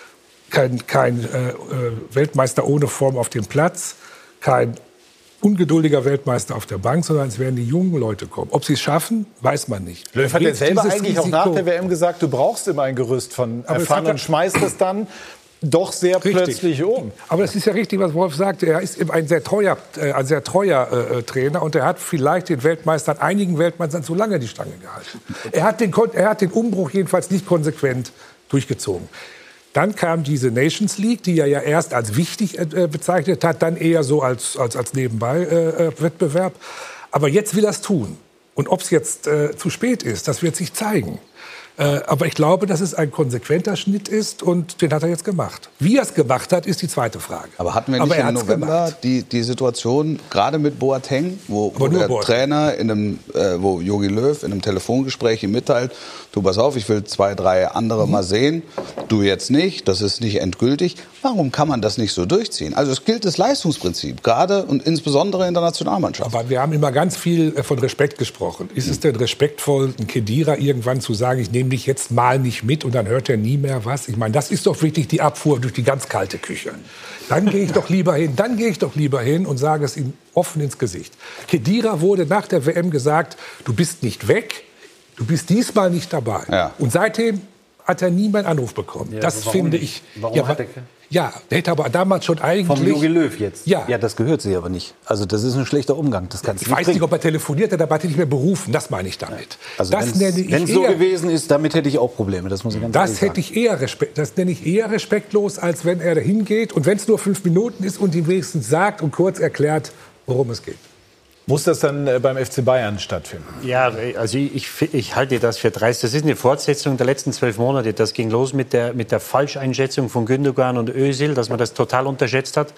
S5: kein, kein äh, Weltmeister ohne Form auf dem Platz, kein ungeduldiger Weltmeister auf der Bank, sondern es werden die jungen Leute kommen. Ob sie es schaffen, weiß man nicht.
S1: Löw hat ja selber eigentlich Risiko. Auch nach der W M gesagt, du brauchst immer ein Gerüst von Erfahrenen und schmeißt es dann doch sehr richtig. Plötzlich um.
S5: Aber das ist ja richtig, was Wolf sagte. Er ist ein sehr treuer, äh, ein sehr treuer äh, Trainer und er hat vielleicht den Weltmeistern, einigen Weltmeistern zu lange die Stange gehalten. Er hat den, er hat den Umbruch jedenfalls nicht konsequent durchgezogen. Dann kam diese Nations League, die er ja erst als wichtig äh, bezeichnet hat, dann eher so als, als, als Nebenbei-Wettbewerb. Äh, Aber jetzt will er es tun. Und ob es jetzt äh, zu spät ist, das wird sich zeigen. Äh, aber ich glaube, dass es ein konsequenter Schnitt ist und den hat er jetzt gemacht. Wie er es gemacht hat, ist die zweite Frage.
S4: Aber hatten wir nicht im November die, die Situation, gerade mit Boateng, wo, wo der Boateng. Trainer, in einem, äh, wo Jogi Löw in einem Telefongespräch ihm mitteilt, du pass auf, ich will zwei, drei andere mhm. mal sehen, du jetzt nicht, das ist nicht endgültig. Warum kann man das nicht so durchziehen? Also es gilt das Leistungsprinzip, gerade und insbesondere in der Nationalmannschaft.
S5: Aber wir haben immer ganz viel von Respekt gesprochen. Ist es denn respektvoll, ein Khedira irgendwann zu sagen, ich nehme dich jetzt mal nicht mit und dann hört er nie mehr was? Ich meine, das ist doch wirklich die Abfuhr durch die ganz kalte Küche. Dann gehe ich doch lieber hin, dann gehe ich doch lieber hin und sage es ihm offen ins Gesicht. Khedira wurde nach der W M gesagt, du bist nicht weg, du bist diesmal nicht dabei. Ja. Und seitdem hat er nie meinen Anruf bekommen. Ja, das finde ich.
S2: Warum
S5: ja,
S2: hat er
S5: Ja, der hätte aber damals schon eigentlich...
S2: Vom Jogi Löw jetzt?
S5: Ja.
S2: Ja, das gehört sich aber nicht. Also das ist ein schlechter Umgang. Das kannst
S5: ich
S2: du
S5: weiß
S2: nicht,
S5: nicht, ob er telefoniert hat, aber hat er nicht mehr berufen. Das meine ich damit.
S2: Also wenn es so gewesen ist, damit hätte ich auch Probleme. Das muss ich ganz
S5: das
S2: ehrlich sagen.
S5: hätte ich eher Respekt, das nenne ich eher respektlos, als wenn er da hingeht und wenn es nur fünf Minuten ist und ihm wenigstens sagt und kurz erklärt, worum es geht.
S1: Muss das dann beim F C Bayern stattfinden?
S3: Ja, also ich, ich halte das für dreist. Das ist eine Fortsetzung der letzten zwölf Monate. Das ging los mit der, mit der Falscheinschätzung von Gündogan und Özil, dass man das total unterschätzt hat.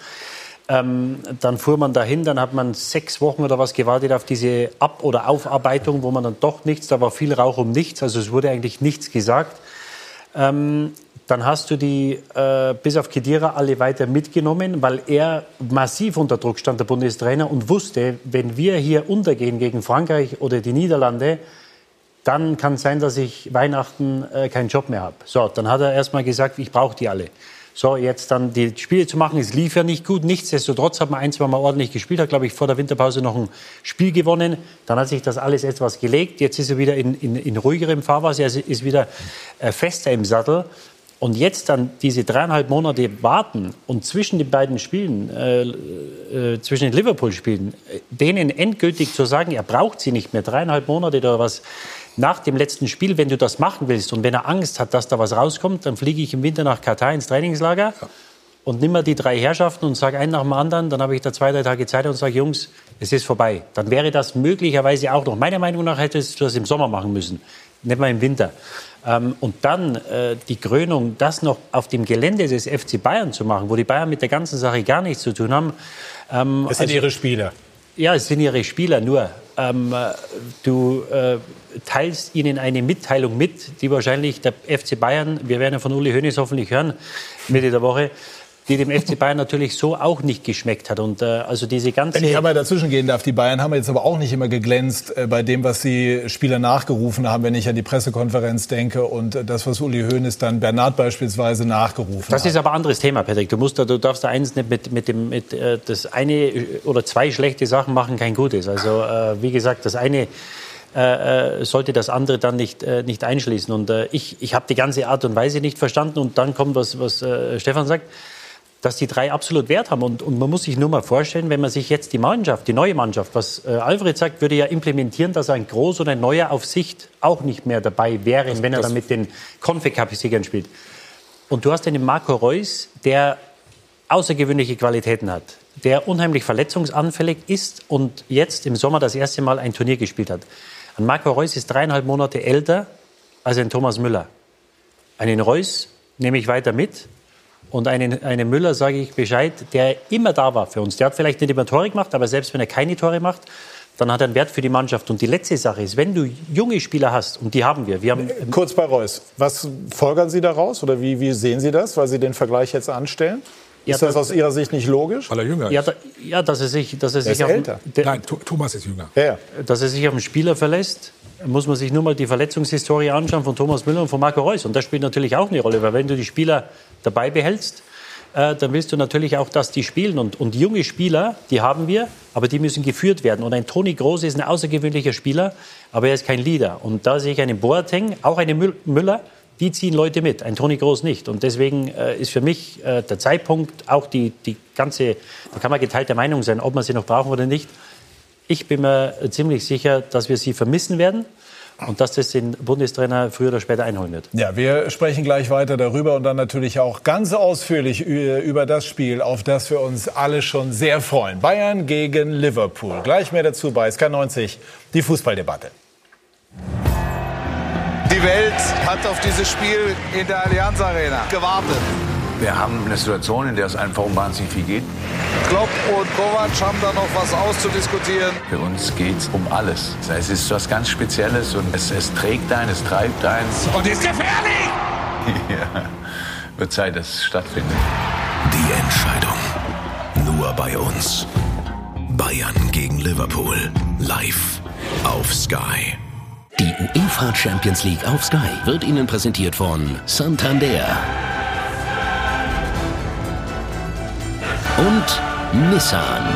S3: Ähm, dann fuhr man dahin, dann hat man sechs Wochen oder was gewartet auf diese Ab- oder Aufarbeitung, wo man dann doch nichts, da war viel Rauch um nichts, also es wurde eigentlich nichts gesagt. Ähm, Dann hast du die, äh, bis auf Khedira, alle weiter mitgenommen, weil er massiv unter Druck stand, der Bundestrainer, und wusste, wenn wir hier untergehen gegen Frankreich oder die Niederlande, dann kann es sein, dass ich Weihnachten äh, keinen Job mehr habe. So, dann hat er erst mal gesagt, ich brauche die alle. So, jetzt dann die Spiele zu machen, es lief ja nicht gut. Nichtsdestotrotz hat man ein, zwei Mal ordentlich gespielt, hat, glaube ich, vor der Winterpause noch ein Spiel gewonnen. Dann hat sich das alles etwas gelegt. Jetzt ist er wieder in, in, in ruhigerem Fahrwasser, er ist wieder äh, fester im Sattel. Und jetzt dann diese dreieinhalb Monate warten und zwischen den beiden Spielen, äh, äh, zwischen den Liverpool-Spielen, denen endgültig zu sagen, er braucht sie nicht mehr, dreieinhalb Monate oder was, nach dem letzten Spiel, wenn du das machen willst und wenn er Angst hat, dass da was rauskommt, dann fliege ich im Winter nach Katar ins Trainingslager ja. und nimm mal die drei Herrschaften und sage einen nach dem anderen, dann habe ich da zwei, drei Tage Zeit und sage, Jungs, es ist vorbei. Dann wäre das möglicherweise auch noch, meiner Meinung nach hättest du das im Sommer machen müssen, nicht mal im Winter. Ähm, und dann äh, die Krönung, das noch auf dem Gelände des F C Bayern zu machen, wo die Bayern mit der ganzen Sache gar nichts zu tun haben.
S1: Ähm, das sind
S3: also,
S1: ihre Spieler.
S3: Ja, es sind ihre Spieler, nur ähm, du äh, teilst ihnen eine Mitteilung mit, die wahrscheinlich der F C Bayern, wir werden ja von Uli Hoeneß hoffentlich hören, Mitte der Woche, die dem F C Bayern natürlich so auch nicht geschmeckt hat. Und äh, also diese ganze...
S1: Wenn ich einmal dazwischen gehen darf, die Bayern haben jetzt aber auch nicht immer geglänzt äh, bei dem, was die Spieler nachgerufen haben, wenn ich an die Pressekonferenz denke und äh, das, was Uli Hoeneß dann Bernard beispielsweise nachgerufen
S3: das
S1: hat.
S3: ist aber ein anderes Thema, Patrick. Du, musst da, du darfst da eins nicht mit, mit dem... Mit, äh, das eine oder zwei schlechte Sachen machen kein Gutes. Also äh, wie gesagt, das eine... Äh, sollte das andere dann nicht, äh, nicht einschließen. Und äh, ich, ich habe die ganze Art und Weise nicht verstanden. Und dann kommt, was, was äh, Stefan sagt, dass die drei absolut Wert haben. Und, und man muss sich nur mal vorstellen, wenn man sich jetzt die Mannschaft, die neue Mannschaft, was äh, Alfred sagt, würde ja implementieren, dass ein Groß oder ein Neuer auf Sicht auch nicht mehr dabei wäre, das, wenn er dann mit den Confed-Cup-Siegern spielt. Und du hast einen Marco Reus, der außergewöhnliche Qualitäten hat, der unheimlich verletzungsanfällig ist und jetzt im Sommer das erste Mal ein Turnier gespielt hat. Ein Marco Reus ist dreieinhalb Monate älter als ein Thomas Müller. Einen Reus nehme ich weiter mit. Und einen, einen Müller sage ich Bescheid, der immer da war für uns. Der hat vielleicht nicht immer Tore gemacht, aber selbst wenn er keine Tore macht, dann hat er einen Wert für die Mannschaft. Und die letzte Sache ist, wenn du junge Spieler hast, und die haben wir. wir haben, ähm
S1: Kurz bei Reus, was folgern Sie daraus oder wie, wie sehen Sie das, weil Sie den Vergleich jetzt anstellen? Ist ja, das aus Ihrer Sicht nicht logisch?
S5: Weil er jünger ist.
S3: Ja, da, ja dass er sich, dass er sich
S1: ist
S3: auf,
S1: älter.
S3: Der,
S5: Nein, Thomas ist jünger.
S1: Ja.
S3: Dass er sich auf einen Spieler verlässt, muss man sich nur mal die Verletzungshistorie anschauen von Thomas Müller und von Marco Reus. Und das spielt natürlich auch eine Rolle, weil wenn du die Spieler dabei behältst, äh, dann willst du natürlich auch, dass die spielen. Und, und junge Spieler, die haben wir, aber die müssen geführt werden. Und ein Toni Kroos ist ein außergewöhnlicher Spieler, aber er ist kein Leader. Und da sehe ich einen Boateng, auch einen Müller, die ziehen Leute mit, ein Toni Kroos nicht. Und deswegen äh, ist für mich äh, der Zeitpunkt, auch die, die ganze, da kann man geteilter Meinung sein, ob man sie noch brauchen oder nicht. Ich bin mir ziemlich sicher, dass wir sie vermissen werden und dass das den Bundestrainer früher oder später einholen wird.
S1: Ja, wir sprechen gleich weiter darüber und dann natürlich auch ganz ausführlich über das Spiel, auf das wir uns alle schon sehr freuen. Bayern gegen Liverpool. Gleich mehr dazu bei S K neunzig, die Fußballdebatte.
S4: Die Welt hat auf dieses Spiel in der Allianz Arena gewartet.
S10: Wir haben eine Situation, in der es einfach um wahnsinnig viel geht.
S4: Klopp und Kovac haben da noch was auszudiskutieren.
S10: Für uns geht es um alles. Es ist was ganz Spezielles und es, es trägt ein, es treibt ein.
S4: Und ist gefährlich!
S10: Ja, wird Zeit, dass es stattfindet.
S11: Die Entscheidung nur bei uns. Bayern gegen Liverpool. Live auf Sky.
S12: Die UEFA Champions League auf Sky wird Ihnen präsentiert von Santander und Nissan.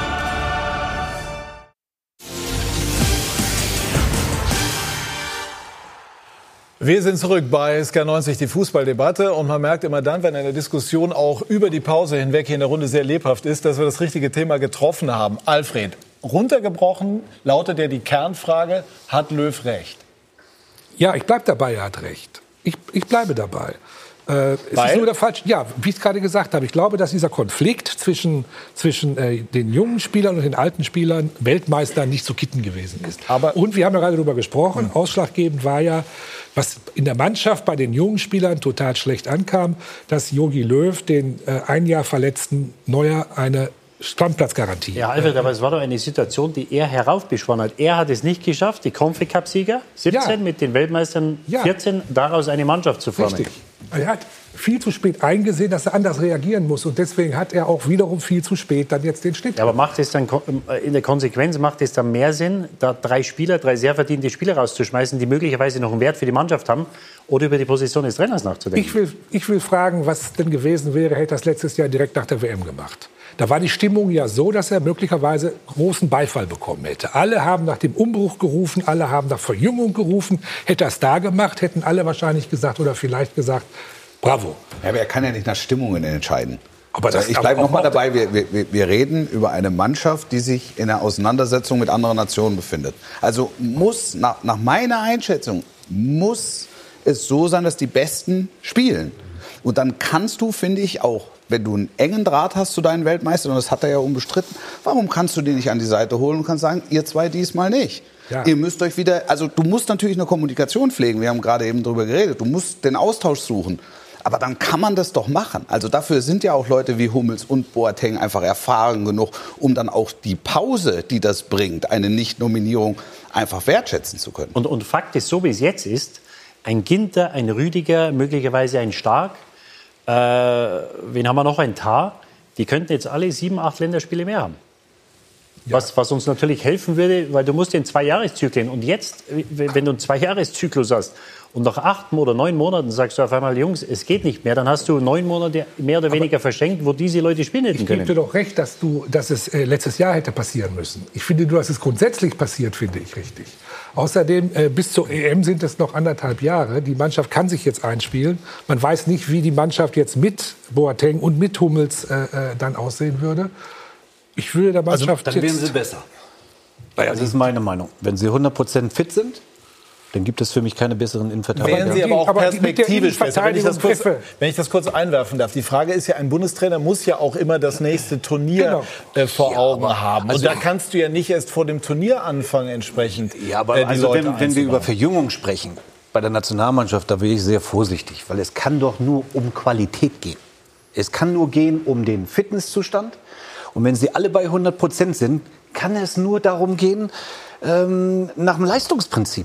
S1: Wir sind zurück bei S K neunzig, die Fußballdebatte. Und man merkt immer dann, wenn eine Diskussion auch über die Pause hinweg hier in der Runde sehr lebhaft ist, dass wir das richtige Thema getroffen haben. Alfred, runtergebrochen lautet ja die Kernfrage, hat Löw recht?
S5: Ja, ich bleibe dabei, er hat recht. Ich, ich bleibe dabei. Äh, es
S1: Weil?
S5: ist nur der falsche. Ja, wie ich es gerade gesagt habe, ich glaube, dass dieser Konflikt zwischen, zwischen äh, den jungen Spielern und den alten Spielern, Weltmeistern, nicht zu kitten gewesen ist.
S1: Aber
S5: und wir haben ja gerade darüber gesprochen, mhm. ausschlaggebend war ja, was in der Mannschaft bei den jungen Spielern total schlecht ankam, dass Jogi Löw den äh, ein Jahr verletzten Neuer eine Stammplatzgarantie.
S3: Ja, Alfred, aber es war doch eine Situation, die er heraufbeschworen hat. Er hat es nicht geschafft, die Confed-Cup-Sieger siebzehn
S5: Ja.
S3: mit den Weltmeistern
S5: Ja.
S3: vierzehn, daraus eine Mannschaft zu formen.
S5: Richtig. Er hat viel zu spät eingesehen, dass er anders reagieren muss. Und deswegen hat er auch wiederum viel zu spät dann jetzt den Schnitt.
S3: Ja, aber macht es dann in der Konsequenz macht es dann mehr Sinn, da drei Spieler, drei sehr verdiente Spieler rauszuschmeißen, die möglicherweise noch einen Wert für die Mannschaft haben, oder über die Position des Trainers nachzudenken?
S5: Ich will, ich will fragen, was denn gewesen wäre, hätte er das letztes Jahr direkt nach der W M gemacht. Da war die Stimmung ja so, dass er möglicherweise großen Beifall bekommen hätte. Alle haben nach dem Umbruch gerufen, alle haben nach Verjüngung gerufen. Hätte er es da gemacht, hätten alle wahrscheinlich gesagt oder vielleicht gesagt, bravo.
S4: Ja, aber er kann ja nicht nach Stimmungen entscheiden.
S5: Aber das,
S4: ich bleibe noch mal dabei, wir, wir, wir reden über eine Mannschaft, die sich in einer Auseinandersetzung mit anderen Nationen befindet. Also muss, nach, nach meiner Einschätzung, muss es so sein, dass die Besten spielen. Und dann kannst du, finde ich, auch, wenn du einen engen Draht hast zu deinen Weltmeistern, und das hat er ja unbestritten, warum kannst du die nicht an die Seite holen und kannst sagen, ihr zwei diesmal nicht? Ja. Ihr müsst euch wieder, also du musst natürlich eine Kommunikation pflegen, wir haben gerade eben darüber geredet, du musst den Austausch suchen. Aber dann kann man das doch machen. Also dafür sind ja auch Leute wie Hummels und Boateng einfach erfahren genug, um dann auch die Pause, die das bringt, eine Nicht-Nominierung, einfach wertschätzen zu können.
S3: Und, und Fakt ist, so wie es jetzt ist, ein Ginter, ein Rüdiger, möglicherweise ein Stark, äh, wen haben wir noch, ein Tah, die könnten jetzt alle sieben, acht Länderspiele mehr haben. Ja. Was, was uns natürlich helfen würde, weil du musst in zwei Jahreszyklen und jetzt, wenn du einen Zwei-Jahres-Zyklus hast und nach acht oder neun Monaten sagst du auf einmal, Jungs, es geht nicht mehr, dann hast du neun Monate mehr oder weniger Aber verschenkt, wo diese Leute spielen hätten können.
S5: Ich gebe dir doch recht, dass, du, dass es äh, letztes Jahr hätte passieren müssen. Ich finde nur, dass es grundsätzlich passiert, finde ich richtig. Außerdem, äh, bis zur E M sind es noch anderthalb Jahre. Die Mannschaft kann sich jetzt einspielen. Man weiß nicht, wie die Mannschaft jetzt mit Boateng und mit Hummels äh, äh, dann aussehen würde. Ich würde der Mannschaft
S2: also, dann wären
S5: jetzt
S2: sie besser. Das ist meine Meinung. Wenn sie hundert Prozent fit sind, dann gibt es für mich keine besseren Innenverteidiger.
S1: Wären sie aber auch
S5: aber
S1: perspektivisch besser, wenn ich, das kurz, wenn ich das kurz einwerfen darf. Die Frage ist ja, ein Bundestrainer muss ja auch immer das nächste Turnier genau. äh, vor ja, Augen aber, haben. Und also, da kannst du ja nicht erst vor dem Turnier anfangen entsprechend.
S2: Ja, aber äh, die also Leute wenn, wenn wir über Verjüngung sprechen, bei der Nationalmannschaft, da bin ich sehr vorsichtig. Weil es kann doch nur um Qualität gehen. Es kann nur gehen um den Fitnesszustand. Und wenn sie alle bei hundert Prozent sind, kann es nur darum gehen, ähm, nach dem Leistungsprinzip.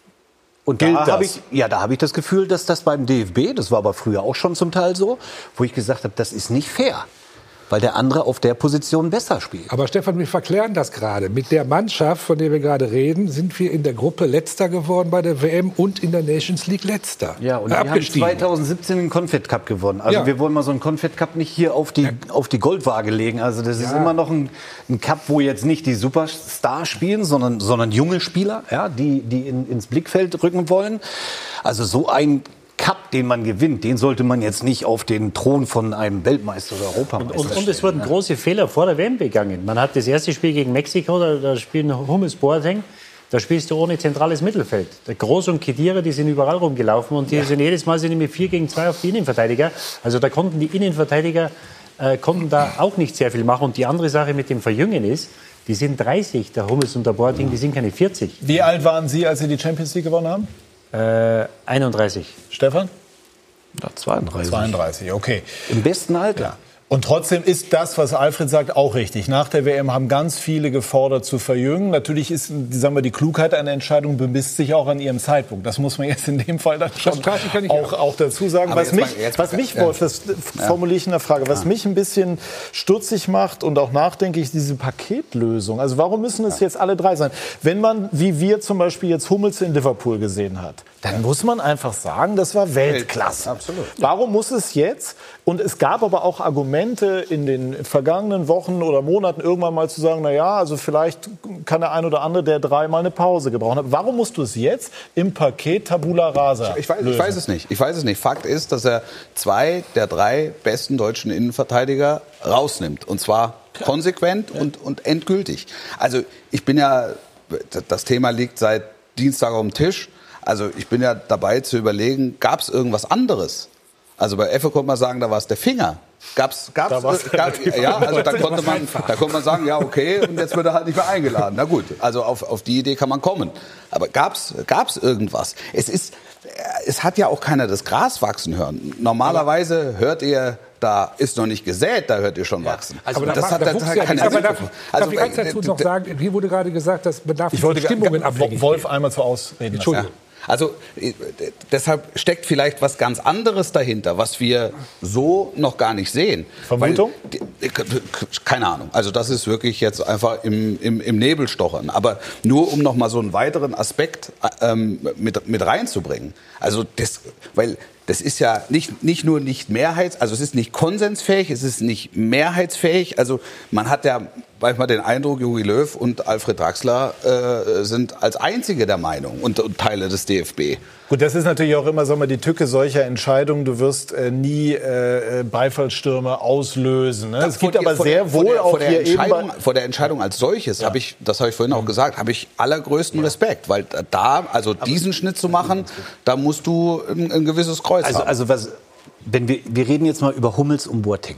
S2: Und da habe ich, ja, da habe ich das Gefühl, dass das beim D F B, das war aber früher auch schon zum Teil so, wo ich gesagt habe, das ist nicht fair. Weil der andere auf der Position besser spielt.
S5: Aber Stefan, wir verklären das gerade. Mit der Mannschaft, von der wir gerade reden, sind wir in der Gruppe Letzter geworden bei der W M und in der Nations League Letzter.
S2: Ja, und wir haben zwanzig siebzehn den Confed Cup gewonnen. Also ja. wir wollen mal so einen Confed Cup nicht hier auf die, ja. auf die Goldwaage legen. Also das ist ja. immer noch ein, ein Cup, wo jetzt nicht die Superstars spielen, sondern, sondern junge Spieler, ja, die, die in, ins Blickfeld rücken wollen. Also so ein Cup, den man gewinnt, den sollte man jetzt nicht auf den Thron von einem Weltmeister oder Europameister
S3: und, und, und es wurden ja. große Fehler vor der W M begangen. Man hat das erste Spiel gegen Mexiko, da, da spielen Hummels, Boateng, da spielst du ohne zentrales Mittelfeld. Der Groß und Khedira, die sind überall rumgelaufen und die ja. sind jedes Mal sind mit vier gegen zwei auf die Innenverteidiger. Also da konnten die Innenverteidiger äh, konnten da auch nicht sehr viel machen. Und die andere Sache mit dem Verjüngen ist, die sind dreißig, der Hummels und der Boateng, die sind keine vierzig.
S1: Wie alt waren Sie, als Sie die Champions League gewonnen haben?
S3: Äh, einunddreißig.
S1: Stefan?
S2: Ja, zweiunddreißig.
S1: zweiunddreißig, okay.
S2: Im besten Alter.
S1: Ja. Und trotzdem ist das, was Alfred sagt, auch richtig. Nach der W M haben ganz viele gefordert zu verjüngen. Natürlich ist, sagen wir, die Klugheit einer Entscheidung bemisst sich auch an ihrem Zeitpunkt. Das muss man jetzt in dem Fall dann schon auch, auch dazu sagen. Aber was mich, mal, was mich ja. Wolf, das formuliere ich in der Frage, was ja. mich ein bisschen stutzig macht und auch nachdenklich, ist diese Paketlösung. Also warum müssen es ja. jetzt alle drei sein? Wenn man, wie wir zum Beispiel jetzt Hummels in Liverpool gesehen hat, dann ja. muss man einfach sagen, das war Weltklasse.
S4: Absolut.
S1: Warum muss es jetzt? Und es gab aber auch Argumente in den vergangenen Wochen oder Monaten irgendwann mal zu sagen, na ja, also vielleicht kann der ein oder andere der drei mal eine Pause gebrauchen hat. Warum musst du es jetzt im Paket Tabula Rasa
S4: ich, ich, weiß, ich weiß es nicht. Ich weiß es nicht. Fakt ist, dass er zwei der drei besten deutschen Innenverteidiger rausnimmt. Und zwar konsequent ja. und, und endgültig. Also ich bin ja, das Thema liegt seit Dienstag auf dem Tisch. Also ich bin ja dabei zu überlegen, gab es irgendwas anderes? Also bei Effe konnte man sagen, da war es der Finger. Gab's, gab's, da gab, ja, also da konnte man, da konnte man sagen, ja okay, und jetzt wird er halt nicht mehr eingeladen. Na gut, also auf, auf die Idee kann man kommen. Aber gab's, gab's irgendwas? Es ist, es hat ja auch keiner das Gras wachsen hören. Normalerweise hört ihr, da ist noch nicht gesät, da hört ihr schon wachsen.
S5: Also aber das hat, das hat ja keine Sinn. Darf, also, darf ich eins dazu noch sagen? Hier wurde gerade gesagt, das bedarf
S1: ich wollte
S5: Stimmungen abhängig.
S1: Wolf einmal zur Ausreden.
S5: Entschuldigung.
S4: Ja. Also deshalb steckt vielleicht was ganz anderes dahinter, was wir so noch gar nicht sehen.
S1: Vermutung?
S4: Weil, keine Ahnung. Also das ist wirklich jetzt einfach im, im, im Nebel stochern. Aber nur um noch mal so einen weiteren Aspekt ähm, mit, mit reinzubringen. Also das, weil das ist ja nicht, nicht nur nicht mehrheits, also es ist nicht konsensfähig, es ist nicht mehrheitsfähig. Also man hat ja manchmal den Eindruck, Jogi Löw und Alfred Draxler äh, sind als Einzige der Meinung und, und Teile des D F B.
S1: Gut, das ist natürlich auch immer, sagen wir, die Tücke solcher Entscheidungen. Du wirst äh, nie äh, Beifallsstürme auslösen. Ne? Es gibt aber sehr wohl auch hier eben
S4: vor der Entscheidung als solches ja. habe ich, das habe ich vorhin auch gesagt, habe ich allergrößten ja. Respekt, weil da, also diesen Schnitt zu machen, da musst du ein, ein gewisses Kreuz
S2: also,
S4: haben.
S2: Also was, wenn wir, wir reden jetzt mal über Hummels und Boateng.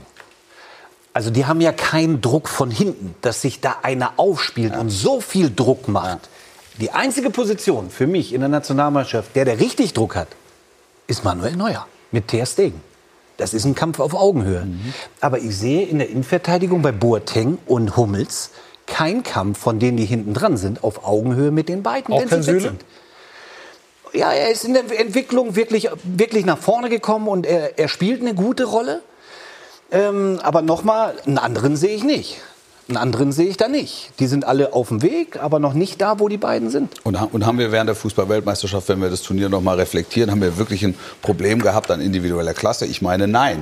S2: Also die haben ja keinen Druck von hinten, dass sich da einer aufspielt ja. und so viel Druck macht. Ja. Die einzige Position für mich in der Nationalmannschaft, der der richtig Druck hat, ist Manuel Neuer mit Ter Stegen. Das ist ein Kampf auf Augenhöhe. Mhm. Aber ich sehe in der Innenverteidigung bei Boateng und Hummels keinen Kampf, von denen die hinten dran sind, auf Augenhöhe mit den beiden,
S1: auch
S2: wenn
S1: kein
S2: sie fit
S1: Süle?
S2: sind. Ja, er ist in der Entwicklung wirklich, wirklich nach vorne gekommen und er, er spielt eine gute Rolle. Ähm, aber nochmal, einen anderen sehe ich nicht. Einen anderen sehe ich da nicht. Die sind alle auf dem Weg, aber noch nicht da, wo die beiden sind.
S4: Und, und haben wir während der Fußball-Weltmeisterschaft, wenn wir das Turnier noch mal reflektieren, haben wir wirklich ein Problem gehabt an individueller Klasse? Ich meine, nein.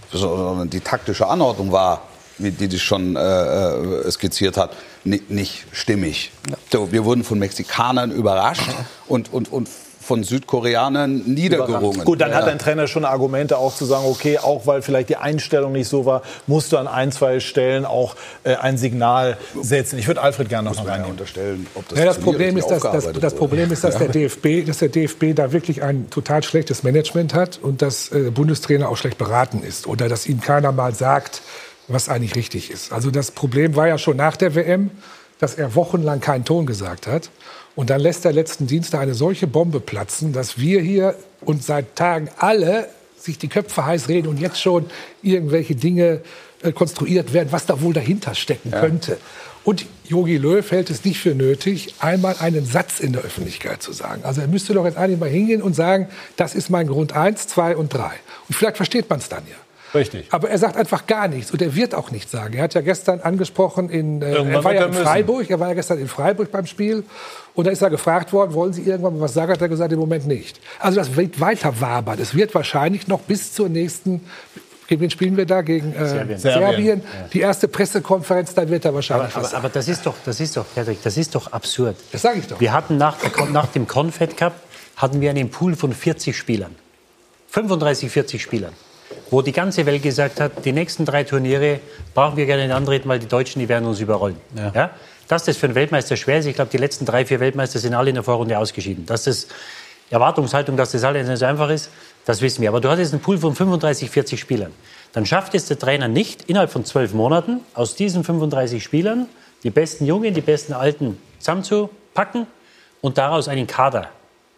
S4: Die taktische Anordnung war, wie die das schon äh, skizziert hat, nicht, nicht stimmig. Ja. So, wir wurden von Mexikanern überrascht und, und, und von Südkoreanern niedergerungen.
S1: Gut, dann
S4: ja.
S1: hat ein Trainer schon Argumente auch zu sagen, okay, auch weil vielleicht die Einstellung nicht so war, musst du an ein, zwei Stellen auch äh, ein Signal setzen. Ich würde Alfred gerne noch mal reinnehmen.
S4: Unterstellen, ob das,
S5: ja, das Problem ist, dass, das, das Problem ist, dass der D F B, dass der D F B da wirklich ein total schlechtes Management hat und dass äh, der Bundestrainer auch schlecht beraten ist oder dass ihm keiner mal sagt, was eigentlich richtig ist. Also das Problem war ja schon nach der W M, dass er wochenlang keinen Ton gesagt hat. Und dann lässt er letzten Dienstag eine solche Bombe platzen, dass wir hier uns seit Tagen alle sich die Köpfe heiß reden und jetzt schon irgendwelche Dinge äh, konstruiert werden, was da wohl dahinter stecken ja. könnte. Und Jogi Löw hält es nicht für nötig, einmal einen Satz in der Öffentlichkeit zu sagen. Also er müsste doch jetzt eigentlich mal hingehen und sagen, das ist mein Grund eins, zwei und drei. Und vielleicht versteht man es dann ja.
S1: Richtig.
S5: Aber er sagt einfach gar nichts und er wird auch nichts sagen. Er hat ja gestern angesprochen, in, äh, er war ja in Freiburg, er war ja gestern in Freiburg beim Spiel und da ist er gefragt worden, wollen Sie irgendwann mal was sagen, hat er gesagt, im Moment nicht. Also das wird weiter wabern. Es wird wahrscheinlich noch bis zur nächsten, gegen wen spielen wir da? Gegen äh, Serbien. Serbien. Serbien. Ja. Die erste Pressekonferenz, da wird er wahrscheinlich
S3: aber,
S5: was
S3: aber, aber das ist doch, das ist doch, Patrick, das ist doch absurd.
S5: Das sage ich doch.
S3: Wir hatten nach, der, nach dem Confed Cup hatten wir einen Pool von vierzig Spielern. fünfunddreißig, vierzig Spielern. Wo die ganze Welt gesagt hat, die nächsten drei Turniere brauchen wir gerne nicht antreten, weil die Deutschen, die werden uns überrollen. Ja. Ja? Dass das für einen Weltmeister schwer ist, ich glaube, die letzten drei, vier Weltmeister sind alle in der Vorrunde ausgeschieden. Dass das Erwartungshaltung, dass das alles nicht so einfach ist, das wissen wir. Aber du hattest einen Pool von fünfunddreißig, vierzig Spielern. Dann schafft es der Trainer nicht, innerhalb von zwölf Monaten aus diesen fünfunddreißig Spielern die besten Jungen, die besten Alten zusammenzupacken und daraus einen Kader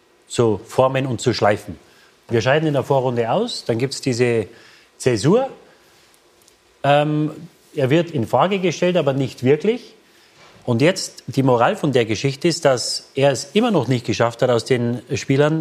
S3: zu formen und zu schleifen. Wir scheiden in der Vorrunde aus, dann gibt es diese Zäsur. Ähm, er wird in Frage gestellt, aber nicht wirklich. Und jetzt, die Moral von der Geschichte ist, dass er es immer noch nicht geschafft hat, aus den Spielern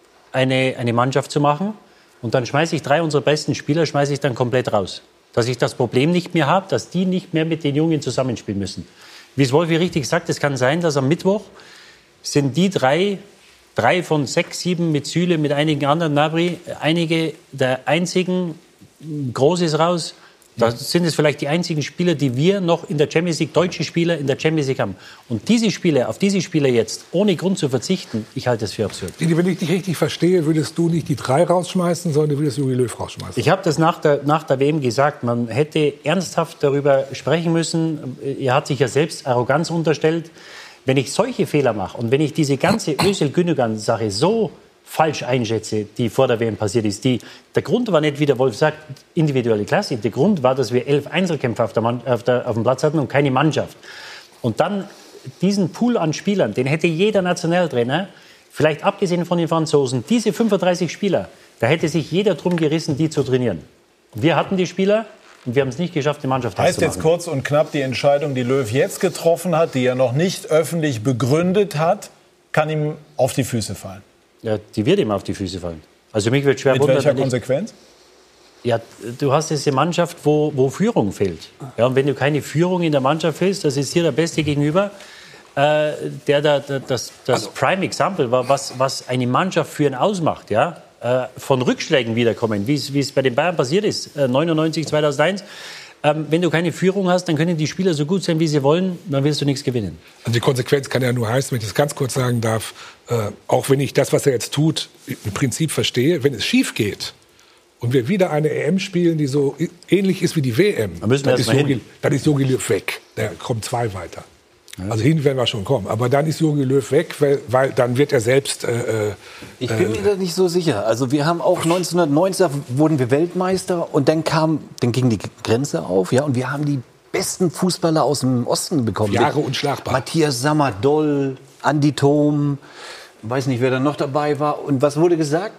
S3: eine, eine Mannschaft zu machen. Und dann schmeiße ich drei unserer besten Spieler, schmeiße ich dann komplett raus. Dass ich das Problem nicht mehr habe, dass die nicht mehr mit den Jungen zusammenspielen müssen. Wie es Wolfi richtig sagt, es kann sein, dass am Mittwoch sind die drei... Drei von sechs, sieben mit Süle, mit einigen anderen, Nabri, einige der einzigen, groß ist raus. Da sind es vielleicht die einzigen Spieler, die wir noch in der Champions League, deutsche Spieler in der Champions League haben. Und diese Spieler, auf diese Spieler jetzt, ohne Grund zu verzichten, ich halte das für absurd.
S5: Wenn ich dich richtig verstehe, würdest du nicht die drei rausschmeißen, sondern du würdest Jogi Löw rausschmeißen.
S3: Ich habe das nach der, nach der W M gesagt. Man hätte ernsthaft darüber sprechen müssen. Er hat sich ja selbst Arroganz unterstellt. Wenn ich solche Fehler mache und wenn ich diese ganze Özil-Gündogan-Sache so falsch einschätze, die vor der W M passiert ist, die, der Grund war nicht, wie der Wolf sagt, individuelle Klasse. Der Grund war, dass wir elf Einzelkämpfer auf, der Mann, auf, der, auf dem Platz hatten und keine Mannschaft. Und dann diesen Pool an Spielern, den hätte jeder Nationaltrainer, vielleicht abgesehen von den Franzosen, diese fünfunddreißig Spieler, da hätte sich jeder drum gerissen, die zu trainieren. Wir hatten die Spieler. Und wir haben es nicht geschafft, die Mannschaft
S1: heißt jetzt kurz und knapp, die Entscheidung, die Löw jetzt getroffen hat, die er noch nicht öffentlich begründet hat, kann ihm auf die Füße fallen.
S3: Ja, die wird ihm auf die Füße fallen. Also mich wird schwer
S1: Mit
S3: wundern,
S1: welcher Konsequenz?
S3: Ja, du hast jetzt eine Mannschaft, wo, wo Führung fehlt. Ja, und wenn du keine Führung in der Mannschaft willst, das ist hier der Beste gegenüber, äh, der da das, das also. Prime Example war, was, was eine Mannschaft für ihn ausmacht, ja. Von Rückschlägen wiederkommen, wie es bei den Bayern passiert ist, neunundneunzig, zweitausendeins. Ähm, wenn du keine Führung hast, dann können die Spieler so gut sein, wie sie wollen, dann wirst du nichts gewinnen.
S5: Also die Konsequenz kann ja nur heißen, wenn ich das ganz kurz sagen darf, äh, auch wenn ich das, was er jetzt tut, im Prinzip verstehe, wenn es schief geht und wir wieder eine E M spielen, die so ähnlich ist wie die W M, dann, dann, ist, Jogi, dann ist Jogi Löw weg. Da kommen zwei weiter. Also hin werden wir schon kommen. Aber dann ist Jogi Löw weg, weil, weil dann wird er selbst... Äh,
S2: ich bin äh, mir da nicht so sicher. Also wir haben auch neunzehnhundertneunzig wurden wir Weltmeister und dann kam, dann ging die Grenze auf, ja, und wir haben die besten Fußballer aus dem Osten bekommen.
S5: Jahre unschlagbar.
S2: Matthias Sammer, Doll, Andi Thom, weiß nicht, wer da noch dabei war. Und was wurde gesagt?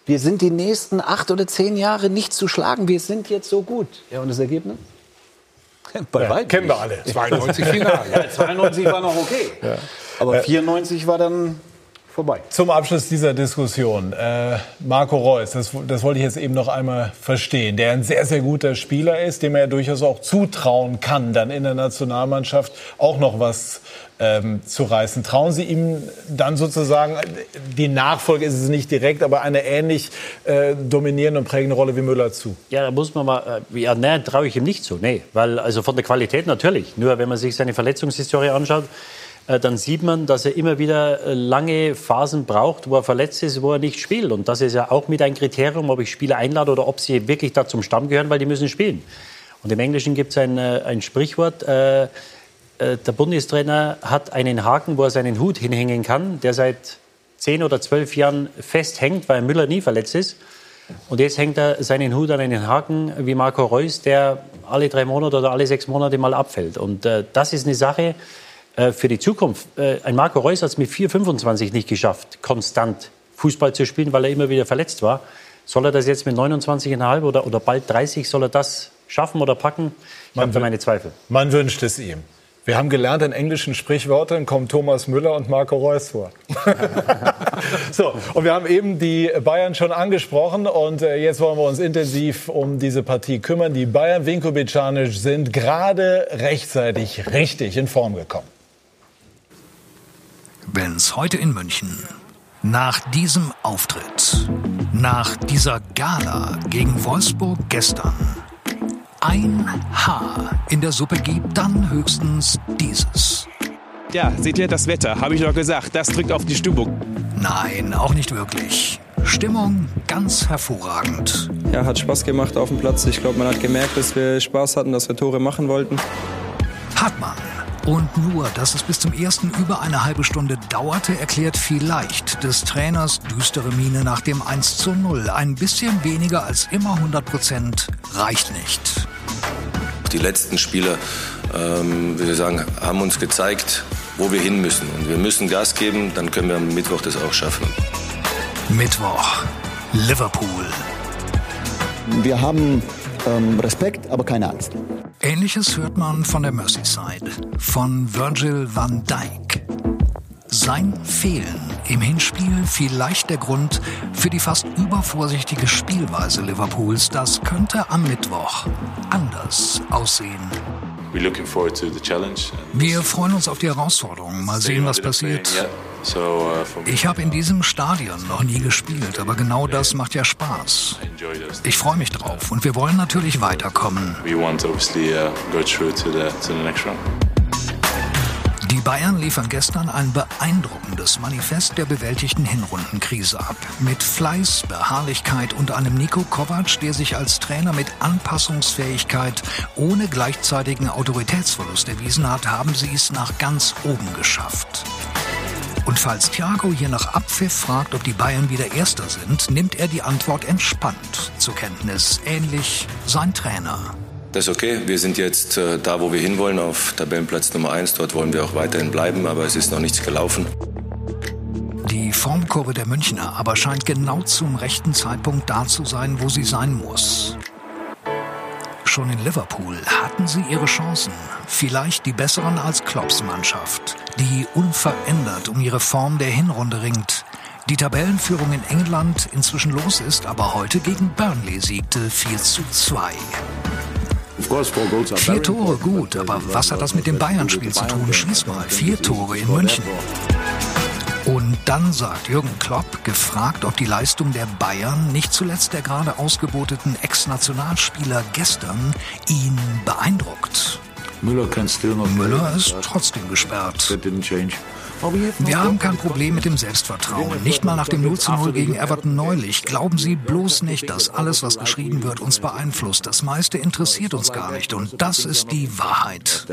S2: wir sind die nächsten acht oder zehn Jahre nicht zu schlagen. Wir sind jetzt so gut. Ja, und das Ergebnis?
S1: Bei ja, kennen wir alle.
S5: zweiundneunzig Finale.
S2: Ja, zweiundneunzig war noch okay. Ja. Aber vierundneunzig war dann vorbei.
S1: Zum Abschluss dieser Diskussion. Äh, Marco Reus, das, das wollte ich jetzt eben noch einmal verstehen, der ein sehr, sehr guter Spieler ist, dem er durchaus auch zutrauen kann, dann in der Nationalmannschaft auch noch was ähm, zu reißen. Trauen Sie ihm dann sozusagen, die Nachfolge ist es nicht direkt, aber eine ähnlich äh, dominierende und prägende Rolle wie Müller zu?
S3: Ja, da muss man mal, äh, ja, nein, traue ich ihm nicht zu. Nee, weil, also von der Qualität natürlich. Nur wenn man sich seine Verletzungshistorie anschaut, dann sieht man, dass er immer wieder lange Phasen braucht, wo er verletzt ist, wo er nicht spielt. Und das ist ja auch mit ein Kriterium, ob ich Spieler einlade oder ob sie wirklich da zum Stamm gehören, weil die müssen spielen. Und im Englischen gibt es ein, ein Sprichwort, äh, der Bundestrainer hat einen Haken, wo er seinen Hut hinhängen kann, der seit zehn oder zwölf Jahren festhängt, weil Müller nie verletzt ist. Und jetzt hängt er seinen Hut an einen Haken wie Marco Reus, der alle drei Monate oder alle sechs Monate mal abfällt. Und äh, das ist eine Sache, für die Zukunft. Ein Marco Reus hat es mit vier Komma fünfundzwanzig nicht geschafft, konstant Fußball zu spielen, weil er immer wieder verletzt war. Soll er das jetzt mit neunundzwanzig Komma fünf oder, oder bald dreißig, soll er das schaffen oder packen? Ich habe da meine Zweifel.
S1: Man wünscht es ihm. Wir haben gelernt, in englischen Sprichwörtern kommen Thomas Müller und Marco Reus vor. So, und wir haben eben die Bayern schon angesprochen und jetzt wollen wir uns intensiv um diese Partie kümmern. Die Bayern Vinkovic-Anic sind gerade rechtzeitig richtig in Form gekommen.
S13: Wenn's heute in München nach diesem Auftritt, nach dieser Gala gegen Wolfsburg gestern, ein Haar in der Suppe gibt, dann höchstens dieses.
S14: Ja, seht ihr, das Wetter, habe ich doch gesagt, das drückt auf die Stimmung.
S13: Nein, auch nicht wirklich. Stimmung ganz hervorragend.
S15: Ja, hat Spaß gemacht auf dem Platz. Ich glaube, man hat gemerkt, dass wir Spaß hatten, dass wir Tore machen wollten.
S13: Hat man. Und nur, dass es bis zum ersten über eine halbe Stunde dauerte, erklärt vielleicht des Trainers düstere Miene nach dem eins zu null. Ein bisschen weniger als immer hundert Prozent reicht nicht.
S16: Die letzten Spiele, ähm, würde ich sagen, haben uns gezeigt, wo wir hin müssen. Und wir müssen Gas geben, dann können wir am Mittwoch das auch schaffen.
S13: Mittwoch, Liverpool.
S17: Wir haben ähm, Respekt, aber keine Angst.
S13: Ähnliches hört man von der Merseyside, von Virgil van Dijk. Sein Fehlen im Hinspiel vielleicht der Grund für die fast übervorsichtige Spielweise Liverpools. Das könnte am Mittwoch anders aussehen. Wir freuen uns auf die Herausforderung. Mal sehen, was passiert. Ich habe in diesem Stadion noch nie gespielt, aber genau das macht ja Spaß. Ich freue mich drauf und wir wollen natürlich weiterkommen. Die Bayern liefern gestern ein beeindruckendes Manifest der bewältigten Hinrundenkrise ab. Mit Fleiß, Beharrlichkeit und einem Niko Kovac, der sich als Trainer mit Anpassungsfähigkeit ohne gleichzeitigen Autoritätsverlust erwiesen hat, haben sie es nach ganz oben geschafft. Und falls Thiago hier nach Abpfiff fragt, ob die Bayern wieder Erster sind, nimmt er die Antwort entspannt zur Kenntnis. Ähnlich sein Trainer.
S16: Das ist okay. Wir sind jetzt äh, da, wo wir hinwollen, auf Tabellenplatz Nummer eins. Dort wollen wir auch weiterhin bleiben, aber es ist noch nichts gelaufen.
S13: Die Formkurve der Münchner aber scheint genau zum rechten Zeitpunkt da zu sein, wo sie sein muss. Schon in Liverpool hatten sie ihre Chancen. Vielleicht die besseren als Klopps Mannschaft, die unverändert um ihre Form der Hinrunde ringt. Die Tabellenführung in England inzwischen los ist, aber heute gegen Burnley siegte vier zu zwei. Vier Tore, gut, aber was hat das mit dem Bayern-Spiel zu tun? Schieß mal, vier Tore in München. Und dann sagt Jürgen Klopp, gefragt, ob die Leistung der Bayern, nicht zuletzt der gerade ausgeboteten Ex-Nationalspieler gestern, ihn beeindruckt. Müller ist trotzdem gesperrt. Wir haben kein Problem mit dem Selbstvertrauen. Nicht mal nach dem null zu null gegen Everton neulich. Glauben Sie bloß nicht, dass alles, was geschrieben wird, uns beeinflusst. Das meiste interessiert uns gar nicht. Und das ist die Wahrheit.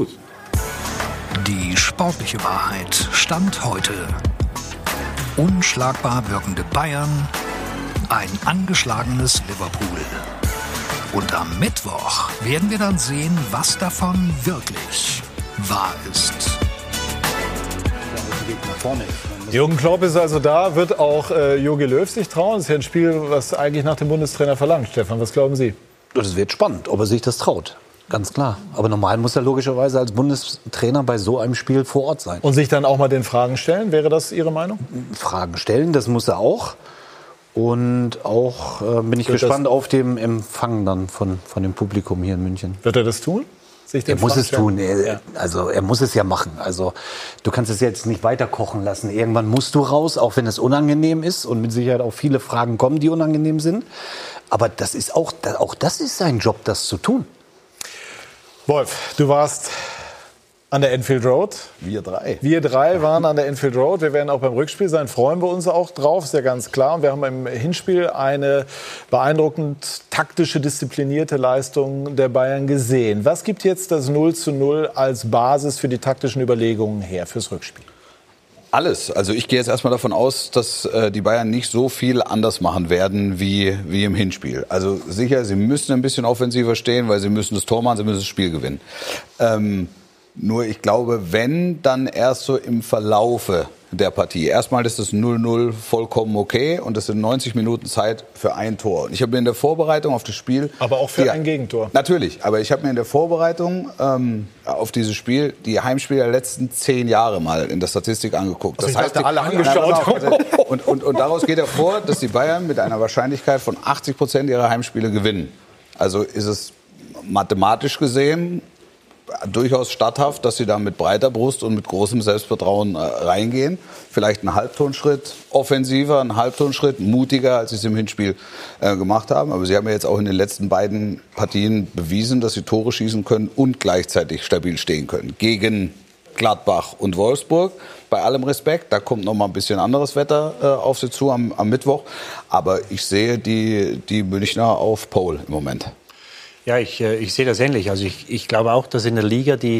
S13: Die sportliche Wahrheit stand heute. Unschlagbar wirkende Bayern, ein angeschlagenes Liverpool. Und am Mittwoch werden wir dann sehen, was davon wirklich wahr ist.
S2: Weg nach vorne ist.
S1: Jürgen Klopp ist also da, wird auch äh, Jogi Löw sich trauen? Das ist ja ein Spiel, was eigentlich nach dem Bundestrainer verlangt. Stefan, was glauben Sie?
S2: Das wird spannend, ob er sich das traut. Ganz klar. Aber normal muss er logischerweise als Bundestrainer bei so einem Spiel vor Ort sein.
S1: Und sich dann auch mal den Fragen stellen? Wäre das Ihre Meinung?
S2: Fragen stellen, das muss er auch. Und auch äh, bin ich
S1: Wird
S2: gespannt
S1: das-
S2: auf den Empfang dann von, von dem Publikum hier in München.
S1: Wird er das tun? Sich den
S2: Er muss
S1: Fragen
S2: es
S1: stellen?
S2: tun. Er,
S1: Ja.
S2: Also er muss es ja machen. Also du kannst es jetzt nicht weiter kochen lassen. Irgendwann musst du raus, auch wenn es unangenehm ist und mit Sicherheit auch viele Fragen kommen, die unangenehm sind. Aber das ist auch, auch das ist sein Job, das zu tun.
S1: Wolf, du warst an der Enfield Road.
S4: Wir drei.
S1: Wir drei waren an der Enfield Road. Wir werden auch beim Rückspiel sein. Freuen wir uns auch drauf, ist ja ganz klar. Und wir haben im Hinspiel eine beeindruckend taktische, disziplinierte Leistung der Bayern gesehen. Was gibt jetzt das null zu null als Basis für die taktischen Überlegungen her fürs Rückspiel?
S4: Alles. Also ich gehe jetzt erstmal davon aus, dass äh, die Bayern nicht so viel anders machen werden wie, wie im Hinspiel. Also sicher, sie müssen ein bisschen offensiver stehen, weil sie müssen das Tor machen, sie müssen das Spiel gewinnen. Ähm, nur ich glaube, wenn, dann erst so im Verlaufe der Partie. Erstmal ist das null null vollkommen okay und das sind neunzig Minuten Zeit für ein Tor. Und ich habe mir in der Vorbereitung auf das Spiel...
S1: Aber auch für
S4: die,
S1: ein Gegentor.
S4: Natürlich, aber ich habe mir in der Vorbereitung ähm, auf dieses Spiel die Heimspiele der letzten zehn Jahre mal in der Statistik angeguckt.
S1: Also ich dachte, alle angeschaut.
S4: Nein, pass auf, und, und, und daraus geht hervor, dass die Bayern mit einer Wahrscheinlichkeit von achtzig Prozent ihrer Heimspiele gewinnen. Also ist es mathematisch gesehen durchaus statthaft, dass sie da mit breiter Brust und mit großem Selbstvertrauen äh, reingehen. Vielleicht einen Halbtonschritt offensiver, einen Halbtonschritt mutiger, als sie es im Hinspiel äh, gemacht haben. Aber sie haben ja jetzt auch in den letzten beiden Partien bewiesen, dass sie Tore schießen können und gleichzeitig stabil stehen können. Gegen Gladbach und Wolfsburg. Bei allem Respekt, da kommt noch mal ein bisschen anderes Wetter äh, auf sie zu am, am Mittwoch. Aber ich sehe die, die Münchner auf Pole im Moment.
S3: Ja, ich, äh, ich sehe das ähnlich. Also ich, ich glaube auch, dass in der Liga die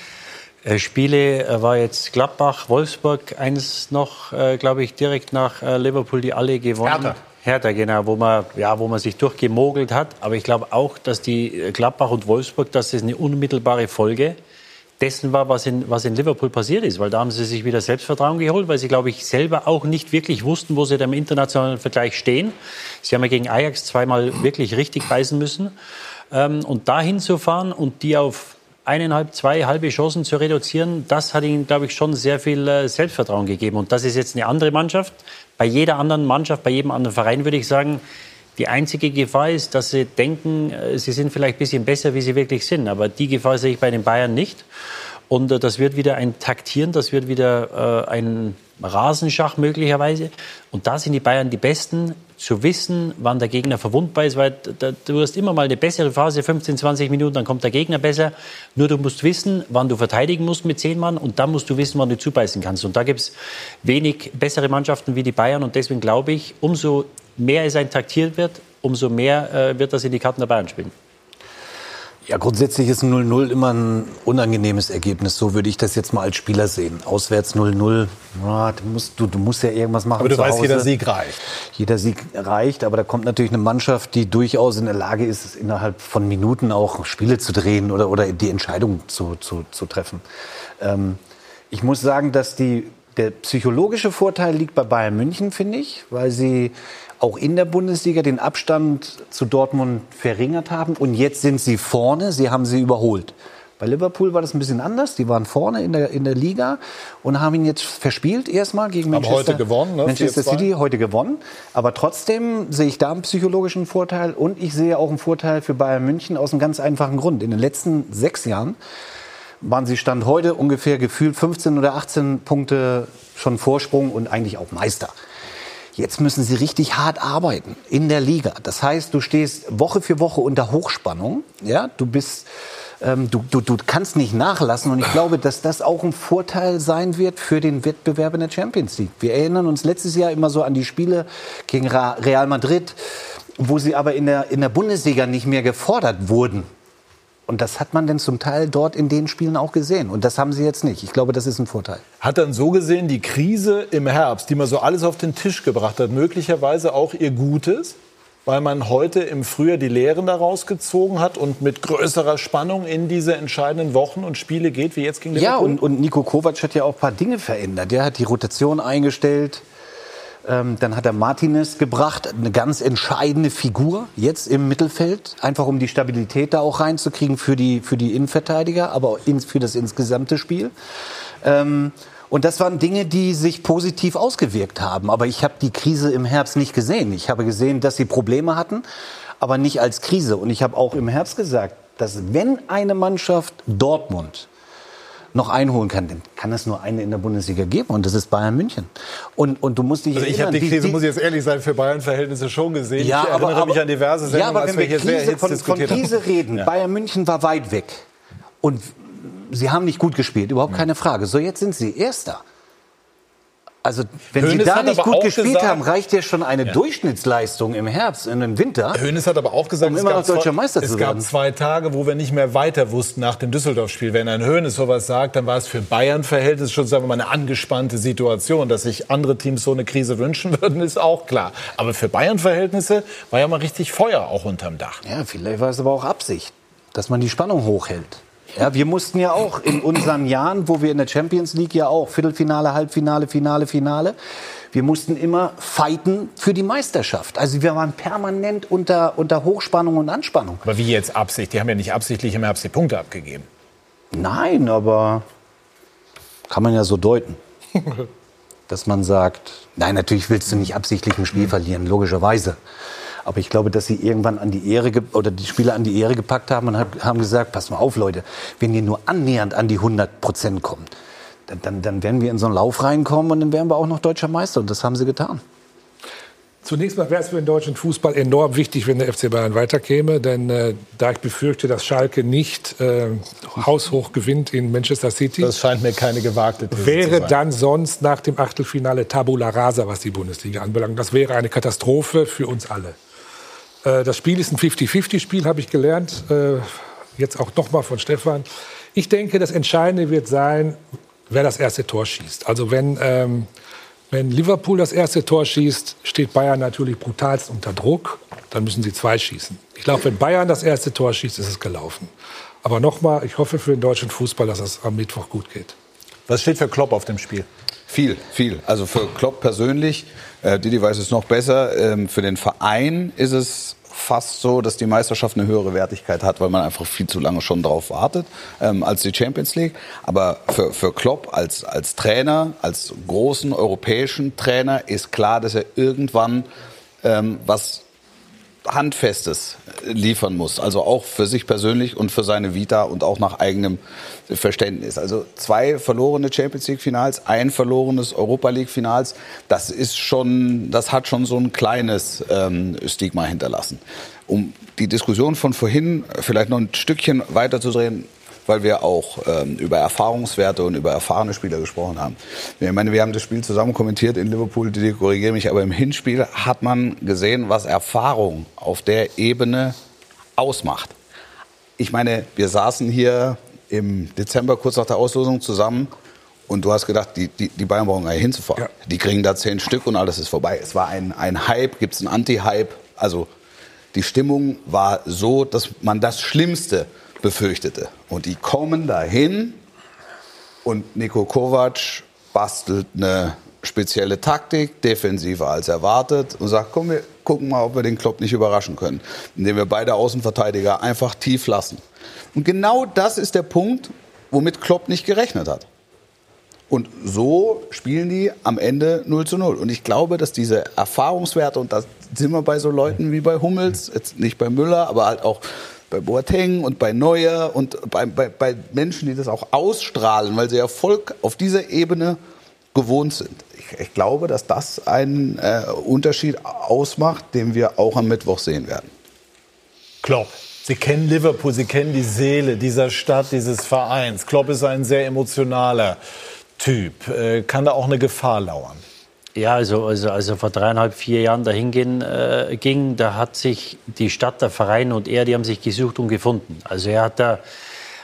S3: äh, Spiele, äh, war jetzt Gladbach, Wolfsburg, eines noch, äh, glaube ich, direkt nach äh, Liverpool, die alle gewonnen haben.
S1: Hertha.
S3: Hertha, genau, wo man, ja, wo man sich durchgemogelt hat. Aber ich glaube auch, dass die äh, Gladbach und Wolfsburg, dass das eine unmittelbare Folge dessen war, was in, was in Liverpool passiert ist. Weil da haben sie sich wieder Selbstvertrauen geholt, weil sie, glaube ich, selber auch nicht wirklich wussten, wo sie da im internationalen Vergleich stehen. Sie haben ja gegen Ajax zweimal wirklich richtig beißen müssen. Ähm, und dahin zu fahren und die auf eineinhalb, zwei halbe Chancen zu reduzieren, das hat ihnen, glaube ich, schon sehr viel äh, Selbstvertrauen gegeben. Und das ist jetzt eine andere Mannschaft. Bei jeder anderen Mannschaft, bei jedem anderen Verein würde ich sagen, die einzige Gefahr ist, dass sie denken, äh, sie sind vielleicht ein bisschen besser, wie sie wirklich sind. Aber die Gefahr sehe ich bei den Bayern nicht. Und äh, das wird wieder ein Taktieren, das wird wieder äh, ein Rasenschach möglicherweise. Und da sind die Bayern die Besten, zu wissen, wann der Gegner verwundbar ist, weil da, du hast immer mal eine bessere Phase, fünfzehn, zwanzig Minuten, dann kommt der Gegner besser. Nur du musst wissen, wann du verteidigen musst mit zehn Mann und dann musst du wissen, wann du zubeißen kannst. Und da gibt es wenig bessere Mannschaften wie die Bayern und deswegen glaube ich, umso mehr es ein taktiert wird, umso mehr äh, wird das in die Karten der Bayern spielen.
S2: Ja, grundsätzlich ist ein null null immer ein unangenehmes Ergebnis. So würde ich das jetzt mal als Spieler sehen. Auswärts null null, ja, du, musst, du, du musst ja irgendwas machen.
S1: Aber du
S2: zu
S1: weißt,
S2: Hause.
S1: jeder Sieg reicht.
S2: Jeder Sieg reicht, aber da kommt natürlich eine Mannschaft, die durchaus in der Lage ist, innerhalb von Minuten auch Spiele zu drehen oder, oder die Entscheidung zu, zu, zu treffen. Ähm, ich muss sagen, dass die, der psychologische Vorteil liegt bei Bayern München, finde ich, weil sie auch in der Bundesliga den Abstand zu Dortmund verringert haben. Und jetzt sind sie vorne, sie haben sie überholt. Bei Liverpool war das ein bisschen anders. Die waren vorne in der, in der Liga und haben ihn jetzt verspielt erstmal gegen
S1: Aber
S2: Manchester,
S1: heute gewonnen, ne?
S2: Manchester
S1: vier zwei.
S2: City, heute gewonnen. Aber trotzdem sehe ich da einen psychologischen Vorteil. Und ich sehe auch einen Vorteil für Bayern München aus einem ganz einfachen Grund. In den letzten sechs Jahren waren sie Stand heute ungefähr gefühlt fünfzehn oder achtzehn Punkte schon Vorsprung und eigentlich auch Meister. Jetzt müssen sie richtig hart arbeiten in der Liga. Das heißt, du stehst Woche für Woche unter Hochspannung. Ja, du bist, ähm, du, du, du kannst nicht nachlassen. Und ich glaube, dass das auch ein Vorteil sein wird für den Wettbewerb in der Champions League. Wir erinnern uns letztes Jahr immer so an die Spiele gegen Real Madrid, wo sie aber in der, in der Bundesliga nicht mehr gefordert wurden. Und das hat man denn zum Teil dort in den Spielen auch gesehen. Und das haben sie jetzt nicht. Ich glaube, das ist ein Vorteil.
S1: Hat dann so gesehen die Krise im Herbst, die man so alles auf den Tisch gebracht hat, möglicherweise auch ihr Gutes? weil man heute im Frühjahr die Lehren daraus gezogen hat und mit größerer Spannung in diese entscheidenden Wochen und Spiele geht, wie jetzt gegen Liverpool?
S2: Ja, und, und Niko Kovac hat ja auch ein paar Dinge verändert. Der hat die Rotation eingestellt. Ähm, dann hat er Martinez gebracht, eine ganz entscheidende Figur jetzt im Mittelfeld, einfach um die Stabilität da auch reinzukriegen für die, für die Innenverteidiger, aber auch ins, für das insgesamte Spiel. Ähm, und das waren Dinge, die sich positiv ausgewirkt haben. Aber ich habe die Krise im Herbst nicht gesehen. Ich habe gesehen, dass sie Probleme hatten, aber nicht als Krise. Und ich habe auch im Herbst gesagt, dass wenn eine Mannschaft Dortmund noch einholen kann, dann kann es nur eine in der Bundesliga geben und das ist Bayern München. Und, und du musst dich
S1: also ich habe die Krise, die, die, muss ich jetzt ehrlich sein, für Bayern-Verhältnisse schon gesehen.
S2: Ja,
S1: ich erinnere
S2: aber,
S1: mich an diverse Sendungen,
S2: ja, aber
S1: als
S2: wenn
S1: wir hier
S2: Krise,
S1: sehr
S2: von,
S1: diskutiert
S2: von Krise
S1: haben.
S2: reden,
S1: Ja.
S2: Bayern München war weit weg und sie haben nicht gut gespielt, überhaupt keine Frage. So, jetzt sind sie Erster. Also, wenn
S1: Hoeneß
S2: sie da
S1: hat
S2: nicht
S1: aber
S2: gut
S1: auch
S2: gespielt
S1: gesagt,
S2: haben, reicht ja schon eine
S1: Ja.
S2: Durchschnittsleistung im Herbst, in den Winter.
S1: Hoeneß hat aber auch gesagt,
S2: um
S1: es,
S2: immer
S1: gab
S2: noch deutscher
S1: zwei,
S2: Meister
S1: es
S2: zu
S1: gab
S2: werden.
S1: zwei Tage, wo wir nicht mehr weiter wussten nach dem Düsseldorf-Spiel. Wenn ein Hoeneß sowas sagt, dann war es für Bayern-Verhältnis schon, sagen wir mal, eine angespannte Situation. Dass sich andere Teams so eine Krise wünschen würden, ist auch klar. Aber für Bayern-Verhältnisse war ja mal richtig Feuer auch unterm Dach.
S2: Ja, vielleicht war es aber auch Absicht, dass man die Spannung hochhält. Ja, wir mussten ja auch in unseren Jahren, wo wir in der Champions League ja auch Viertelfinale, Halbfinale, Finale, Finale, wir mussten immer fighten für die Meisterschaft. Also wir waren permanent unter, unter Hochspannung und Anspannung.
S1: Aber wie jetzt Absicht? Die haben ja nicht absichtlich im Herbst die Punkte abgegeben.
S2: Nein, aber kann man ja so deuten. Dass man sagt, nein, natürlich willst du nicht absichtlich ein Spiel verlieren, logischerweise. Aber ich glaube, dass sie irgendwann an die Ehre, oder die Spieler an die Ehre gepackt haben und haben gesagt, pass mal auf, Leute, wenn ihr nur annähernd an die hundert Prozent kommt, dann, dann, dann werden wir in so einen Lauf reinkommen und dann werden wir auch noch Deutscher Meister. Und das haben sie getan.
S5: Zunächst mal wäre es für den deutschen Fußball enorm wichtig, wenn der F C Bayern weiterkäme. Denn äh, da ich befürchte, dass Schalke nicht äh, haushoch gewinnt in Manchester City.
S1: Das scheint mir keine gewagte These
S5: wäre
S1: zu sein.
S5: dann sonst nach dem Achtelfinale Tabula Rasa, was die Bundesliga anbelangt. Das wäre eine Katastrophe für uns alle. Äh, das Spiel ist ein fünfzig fünfzig Spiel, habe ich gelernt. Äh, jetzt auch noch mal von Stefan. Ich denke, das Entscheidende wird sein, wer das erste Tor schießt. Also wenn... Ähm, Wenn Liverpool das erste Tor schießt, steht Bayern natürlich brutalst unter Druck. Dann müssen sie zwei schießen. Ich glaube, wenn Bayern das erste Tor schießt, ist es gelaufen. Aber nochmal, ich hoffe für den deutschen Fußball, dass es am Mittwoch gut geht.
S1: Was steht für Klopp auf dem Spiel?
S4: Viel, viel. Also für Klopp persönlich, äh, Didi weiß es noch besser, ähm, für den Verein ist es fast so, dass die Meisterschaft eine höhere Wertigkeit hat, weil man einfach viel zu lange schon drauf wartet, ähm, als die Champions League. Aber für, für Klopp als, als Trainer, als großen europäischen Trainer ist klar, dass er irgendwann ähm, was Handfestes liefern muss. Also auch für sich persönlich und für seine Vita und auch nach eigenem Verständnis. Also zwei verlorene Champions League Finals, ein verlorenes Europa League Finals. Das ist schon, das hat schon so ein kleines ähm, Stigma hinterlassen. Um die Diskussion von vorhin vielleicht noch ein Stückchen weiterzudrehen, weil wir auch ähm, über Erfahrungswerte und über erfahrene Spieler gesprochen haben. Ich meine, wir haben das Spiel zusammen kommentiert in Liverpool, die korrigieren mich, aber im Hinspiel hat man gesehen, was Erfahrung auf der Ebene ausmacht. Ich meine, wir saßen hier im Dezember kurz nach der Auslosung zusammen und du hast gedacht, die, die, die Bayern brauchen gar nicht hinzufahren. Ja. Die kriegen da zehn Stück und alles ist vorbei. Es war ein, ein Hype, gibt es einen Anti-Hype. Also die Stimmung war so, dass man das Schlimmste befürchtete. Und die kommen dahin und Niko Kovac bastelt eine spezielle Taktik, defensiver als erwartet und sagt, komm, wir gucken mal, ob wir den Klopp nicht überraschen können, indem wir beide Außenverteidiger einfach tief lassen. Und genau das ist der Punkt, womit Klopp nicht gerechnet hat. Und so spielen die am Ende null zu null. Und ich glaube, dass diese Erfahrungswerte, und da sind wir bei so Leuten wie bei Hummels, jetzt nicht bei Müller, aber halt auch bei Boateng und bei Neuer und bei, bei, bei Menschen, die das auch ausstrahlen, weil sie Erfolg auf dieser Ebene gewohnt sind. Ich, ich glaube, dass das einen äh, Unterschied ausmacht, den wir auch am Mittwoch sehen werden.
S1: Klopp. Sie kennen Liverpool, Sie kennen die Seele dieser Stadt, dieses Vereins. Klopp ist ein sehr emotionaler Typ. Äh, kann da auch eine Gefahr lauern?
S3: Ja, also, also, also vor dreieinhalb, vier Jahren dahin gehen, äh, ging, da hat sich die Stadt, der Verein und er, die haben sich gesucht und gefunden. Also er hat da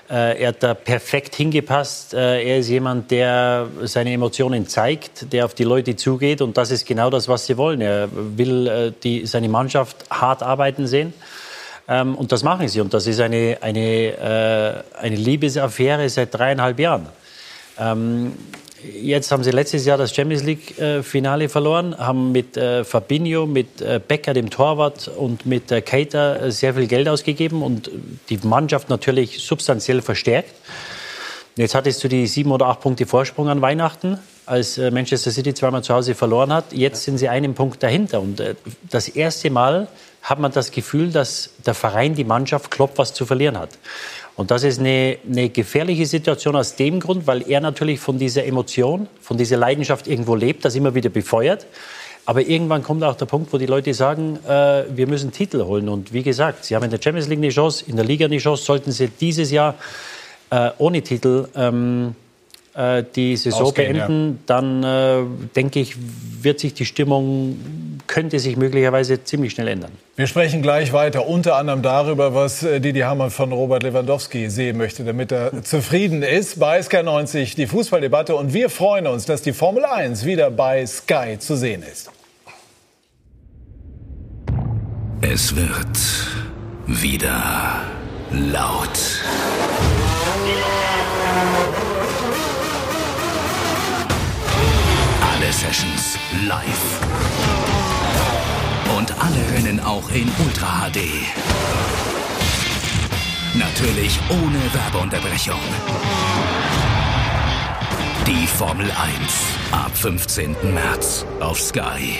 S3: Er hat da perfekt hingepasst. Er ist jemand, der seine Emotionen zeigt, der auf die Leute zugeht. Und das ist genau das, was sie wollen. Er will die, seine Mannschaft hart arbeiten sehen. Und das machen sie. Und das ist eine, eine, eine Liebesaffäre seit dreieinhalb Jahren. Jetzt haben sie letztes Jahr das Champions League-Finale verloren, haben mit äh, Fabinho, mit äh, Becker, dem Torwart, und mit äh, Keita äh, sehr viel Geld ausgegeben und die Mannschaft natürlich substanziell verstärkt. Jetzt hattest du die sieben oder acht Punkte Vorsprung an Weihnachten, als äh, Manchester City zweimal zu Hause verloren hat. Jetzt sind sie einen Punkt dahinter. Und äh, das erste Mal hat man das Gefühl, dass der Verein, die Mannschaft, Klopp was zu verlieren hat. Und das ist eine, eine gefährliche Situation aus dem Grund, weil er natürlich von dieser Emotion, von dieser Leidenschaft irgendwo lebt, das immer wieder befeuert. Aber irgendwann kommt auch der Punkt, wo die Leute sagen, äh, wir müssen Titel holen. Und wie gesagt, sie haben in der Champions League eine Chance, in der Liga eine Chance. Sollten sie dieses Jahr äh, ohne Titel ähm, äh, die Saison Ausgehen, beenden, ja. dann äh, denke ich, wird sich die Stimmung, könnte sich möglicherweise ziemlich schnell ändern.
S1: Wir sprechen gleich weiter, unter anderem darüber, was Didi Hamann von Robert Lewandowski sehen möchte, damit er zufrieden ist. Bei Sky neunzig die Fußballdebatte, und wir freuen uns, dass die Formel eins wieder bei Sky zu sehen ist.
S11: Es wird wieder laut. Alle Sessions live. Und alle Rennen auch in Ultra H D. Natürlich ohne Werbeunterbrechung. Die Formel eins ab fünfzehnten März auf Sky.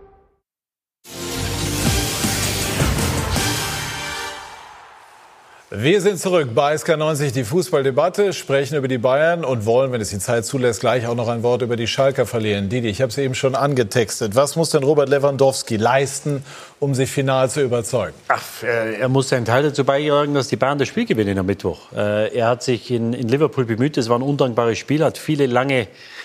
S1: Wir sind zurück bei Sky neunzig, die Fußballdebatte, sprechen über die Bayern und wollen, wenn es die Zeit zulässt, gleich auch noch ein Wort über die Schalker verlieren. Didi, ich habe es eben schon angetextet. Was muss denn Robert Lewandowski leisten, um sich final zu überzeugen?
S3: Ach, er muss seinen Teil dazu beitragen, dass die Bayern das Spiel gewinnen am Mittwoch. Er hat sich in, in Liverpool bemüht, es war ein undankbares Spiel, hat viele lange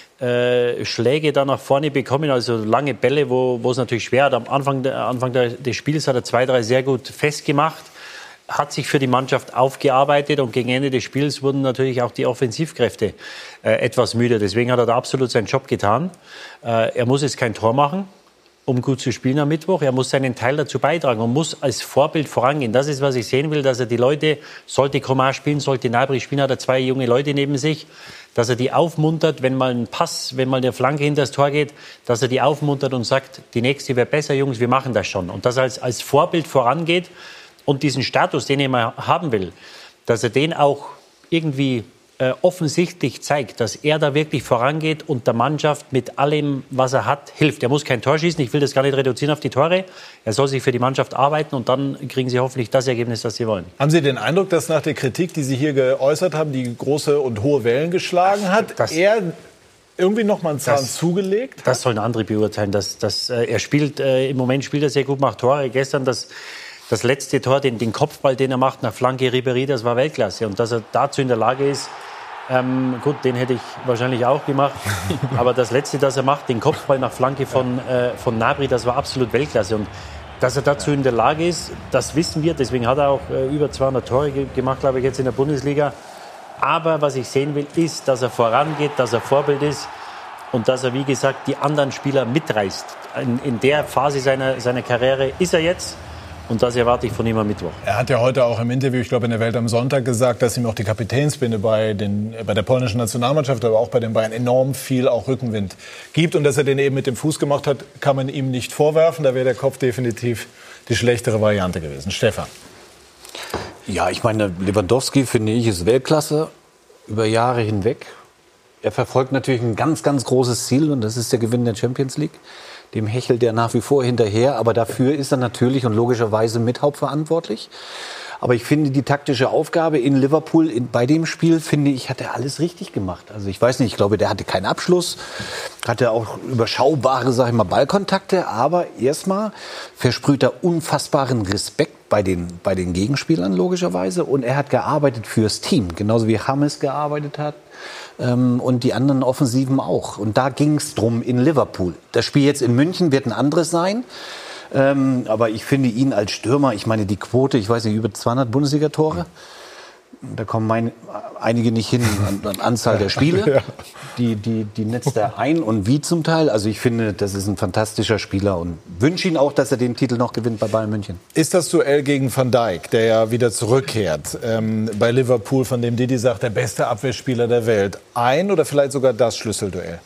S3: äh, Schläge da nach vorne bekommen, also lange Bälle, wo, wo es natürlich schwer hat. Am Anfang, der, Anfang der, des Spiels hat er zwei, drei sehr gut festgemacht. Hat sich für die Mannschaft aufgearbeitet und gegen Ende des Spiels wurden natürlich auch die Offensivkräfte äh, etwas müde. Deswegen hat er da absolut seinen Job getan. Äh, er muss jetzt kein Tor machen, um gut zu spielen am Mittwoch. Er muss seinen Teil dazu beitragen und muss als Vorbild vorangehen. Das ist, was ich sehen will, dass er die Leute, sollte Coman spielen, sollte Gnabry spielen, hat er zwei junge Leute neben sich, dass er die aufmuntert, wenn mal ein Pass, wenn mal eine Flanke hinter das Tor geht, dass er die aufmuntert und sagt, die nächste wäre besser, Jungs, wir machen das schon. Und dass er als, als Vorbild vorangeht. Und diesen Status, den er mal haben will, dass er den auch irgendwie äh, offensichtlich zeigt, dass er da wirklich vorangeht und der Mannschaft mit allem, was er hat, hilft. Er muss kein Tor schießen, ich will das gar nicht reduzieren auf die Tore. Er soll sich für die Mannschaft arbeiten und dann kriegen sie hoffentlich das Ergebnis, das sie wollen.
S1: Haben Sie den Eindruck, dass nach der Kritik, die Sie hier geäußert haben, die große und hohe Wellen geschlagen hat, das er irgendwie noch mal einen Zahn das, zugelegt hat?
S3: Das sollen andere beurteilen. Das, das, äh, er spielt, äh, im Moment spielt er sehr gut, macht Tore. Gestern das Das letzte Tor, den, den Kopfball, den er macht nach Flanke Ribéry, das war Weltklasse. Und dass er dazu in der Lage ist, ähm, gut, den hätte ich wahrscheinlich auch gemacht. Aber das letzte, das er macht, den Kopfball nach Flanke von, äh, von Gnabry, das war absolut Weltklasse. Und dass er dazu in der Lage ist, das wissen wir. Deswegen hat er auch äh, über zweihundert Tore ge- gemacht, glaube ich, jetzt in der Bundesliga. Aber was ich sehen will, ist, dass er vorangeht, dass er Vorbild ist. Und dass er, wie gesagt, die anderen Spieler mitreißt. In, in der Phase seiner, seiner Karriere ist er jetzt. Und das erwarte ich von ihm am Mittwoch.
S1: Er hat ja heute auch im Interview, ich glaube in der Welt am Sonntag, gesagt, dass ihm auch die Kapitänsbinde bei, den, bei der polnischen Nationalmannschaft, aber auch bei den Bayern enorm viel auch Rückenwind gibt. Und dass er den eben mit dem Fuß gemacht hat, kann man ihm nicht vorwerfen. Da wäre der Kopf definitiv die schlechtere Variante gewesen. Stefan.
S2: Ja, ich meine, Lewandowski, finde ich, ist Weltklasse über Jahre hinweg. Er verfolgt natürlich ein ganz, ganz großes Ziel und das ist der Gewinn der Champions League. Dem hechelt er nach wie vor hinterher, aber dafür ist er natürlich und logischerweise mit hauptverantwortlich. Aber ich finde, die taktische Aufgabe in Liverpool in, bei dem Spiel, finde ich, hat er alles richtig gemacht. Also ich weiß nicht, ich glaube, der hatte keinen Abschluss, hatte auch überschaubare, sag ich mal, Ballkontakte, aber erstmal versprüht er unfassbaren Respekt bei den, bei den Gegenspielern logischerweise und er hat gearbeitet fürs Team, genauso wie James gearbeitet hat. Und die anderen Offensiven auch. Und da ging es drum in Liverpool. Das Spiel jetzt in München wird ein anderes sein. Ähm, aber ich finde ihn als Stürmer, ich meine die Quote, ich weiß nicht, über zweihundert Bundesliga-Tore. Da kommen mein, einige nicht hin an, an Anzahl der Spiele. Ja. Die, die, die netzt er ein und wie zum Teil. Also ich finde, das ist ein fantastischer Spieler und wünsche ihn auch, dass er den Titel noch gewinnt bei Bayern München.
S1: Ist das Duell gegen Van Dijk, der ja wieder zurückkehrt, ähm, bei Liverpool, von dem Didi sagt, der beste Abwehrspieler der Welt, ein oder vielleicht sogar das Schlüsselduell?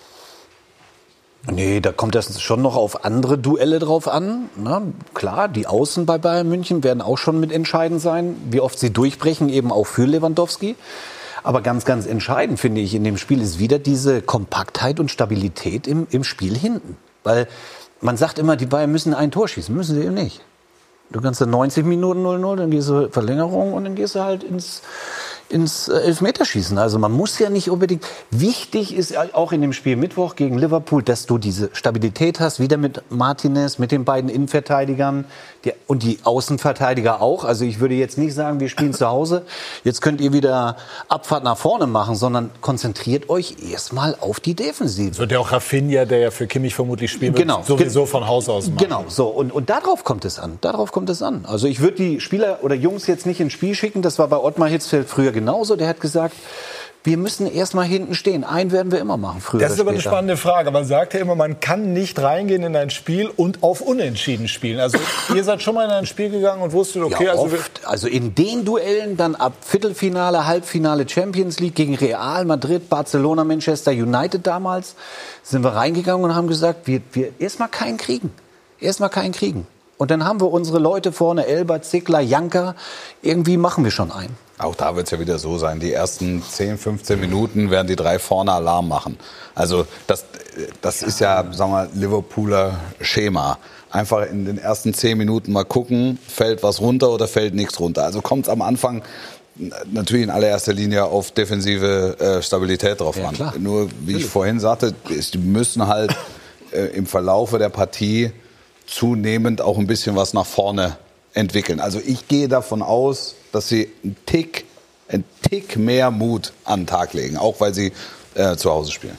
S2: Nee, da kommt das schon noch auf andere Duelle drauf an. Na, klar, die Außen bei Bayern München werden auch schon mit entscheidend sein, wie oft sie durchbrechen, eben auch für Lewandowski. Aber ganz, ganz entscheidend, finde ich, in dem Spiel ist wieder diese Kompaktheit und Stabilität im, im Spiel hinten. Weil man sagt immer, die Bayern müssen ein Tor schießen, müssen sie eben nicht. Du kannst dann neunzig Minuten null null, dann gehst du Verlängerung und dann gehst du halt ins... ins Elfmeterschießen. Also man muss ja nicht unbedingt... Wichtig ist auch in dem Spiel Mittwoch gegen Liverpool, dass du diese Stabilität hast, wieder mit Martinez, mit den beiden Innenverteidigern die, und die Außenverteidiger auch. Also ich würde jetzt nicht sagen, wir spielen zu Hause, jetzt könnt ihr wieder Abfahrt nach vorne machen, sondern konzentriert euch erstmal auf die Defensive.
S1: Das wird ja auch Rafinha, der ja für Kimmich vermutlich spielen
S2: genau.
S1: wird, sowieso von Haus aus machen.
S2: Genau, so. Und, und darauf kommt es an. Darauf kommt es an. Also ich würde die Spieler oder Jungs jetzt nicht ins Spiel schicken. Das war bei Ottmar Hitzfeld früher genauso. Der hat gesagt, wir müssen erst mal hinten stehen. Einen werden wir immer machen, früher
S1: Das ist
S2: oder
S1: aber
S2: später.
S1: eine spannende Frage. Man sagt ja immer, man kann nicht reingehen in ein Spiel und auf Unentschieden spielen. Also ihr seid schon mal in ein Spiel gegangen und wusstet, okay...
S2: Ja,
S1: also,
S2: oft. Also in den Duellen dann ab Viertelfinale, Halbfinale Champions League gegen Real Madrid, Barcelona, Manchester United damals, sind wir reingegangen und haben gesagt, wir, wir erst mal keinen kriegen. Erst mal keinen kriegen. Und dann haben wir unsere Leute vorne, Elber, Zickler, Janka, irgendwie machen wir schon einen.
S4: Auch da wird es ja wieder so sein, die ersten zehn, fünfzehn Minuten werden die drei vorne Alarm machen. Also das, das ist ja, sagen wir, Liverpooler Schema. Einfach in den ersten zehn Minuten mal gucken, fällt was runter oder fällt nichts runter. Also kommt es am Anfang natürlich in allererster Linie auf defensive äh, Stabilität drauf
S2: Ja,
S4: an.
S2: klar.
S4: Nur, wie ich vorhin sagte, die müssen halt äh, im Verlaufe der Partie zunehmend auch ein bisschen was nach vorne entwickeln. Also ich gehe davon aus, dass sie einen Tick, einen Tick mehr Mut an den Tag legen, auch weil sie äh, zu Hause spielen.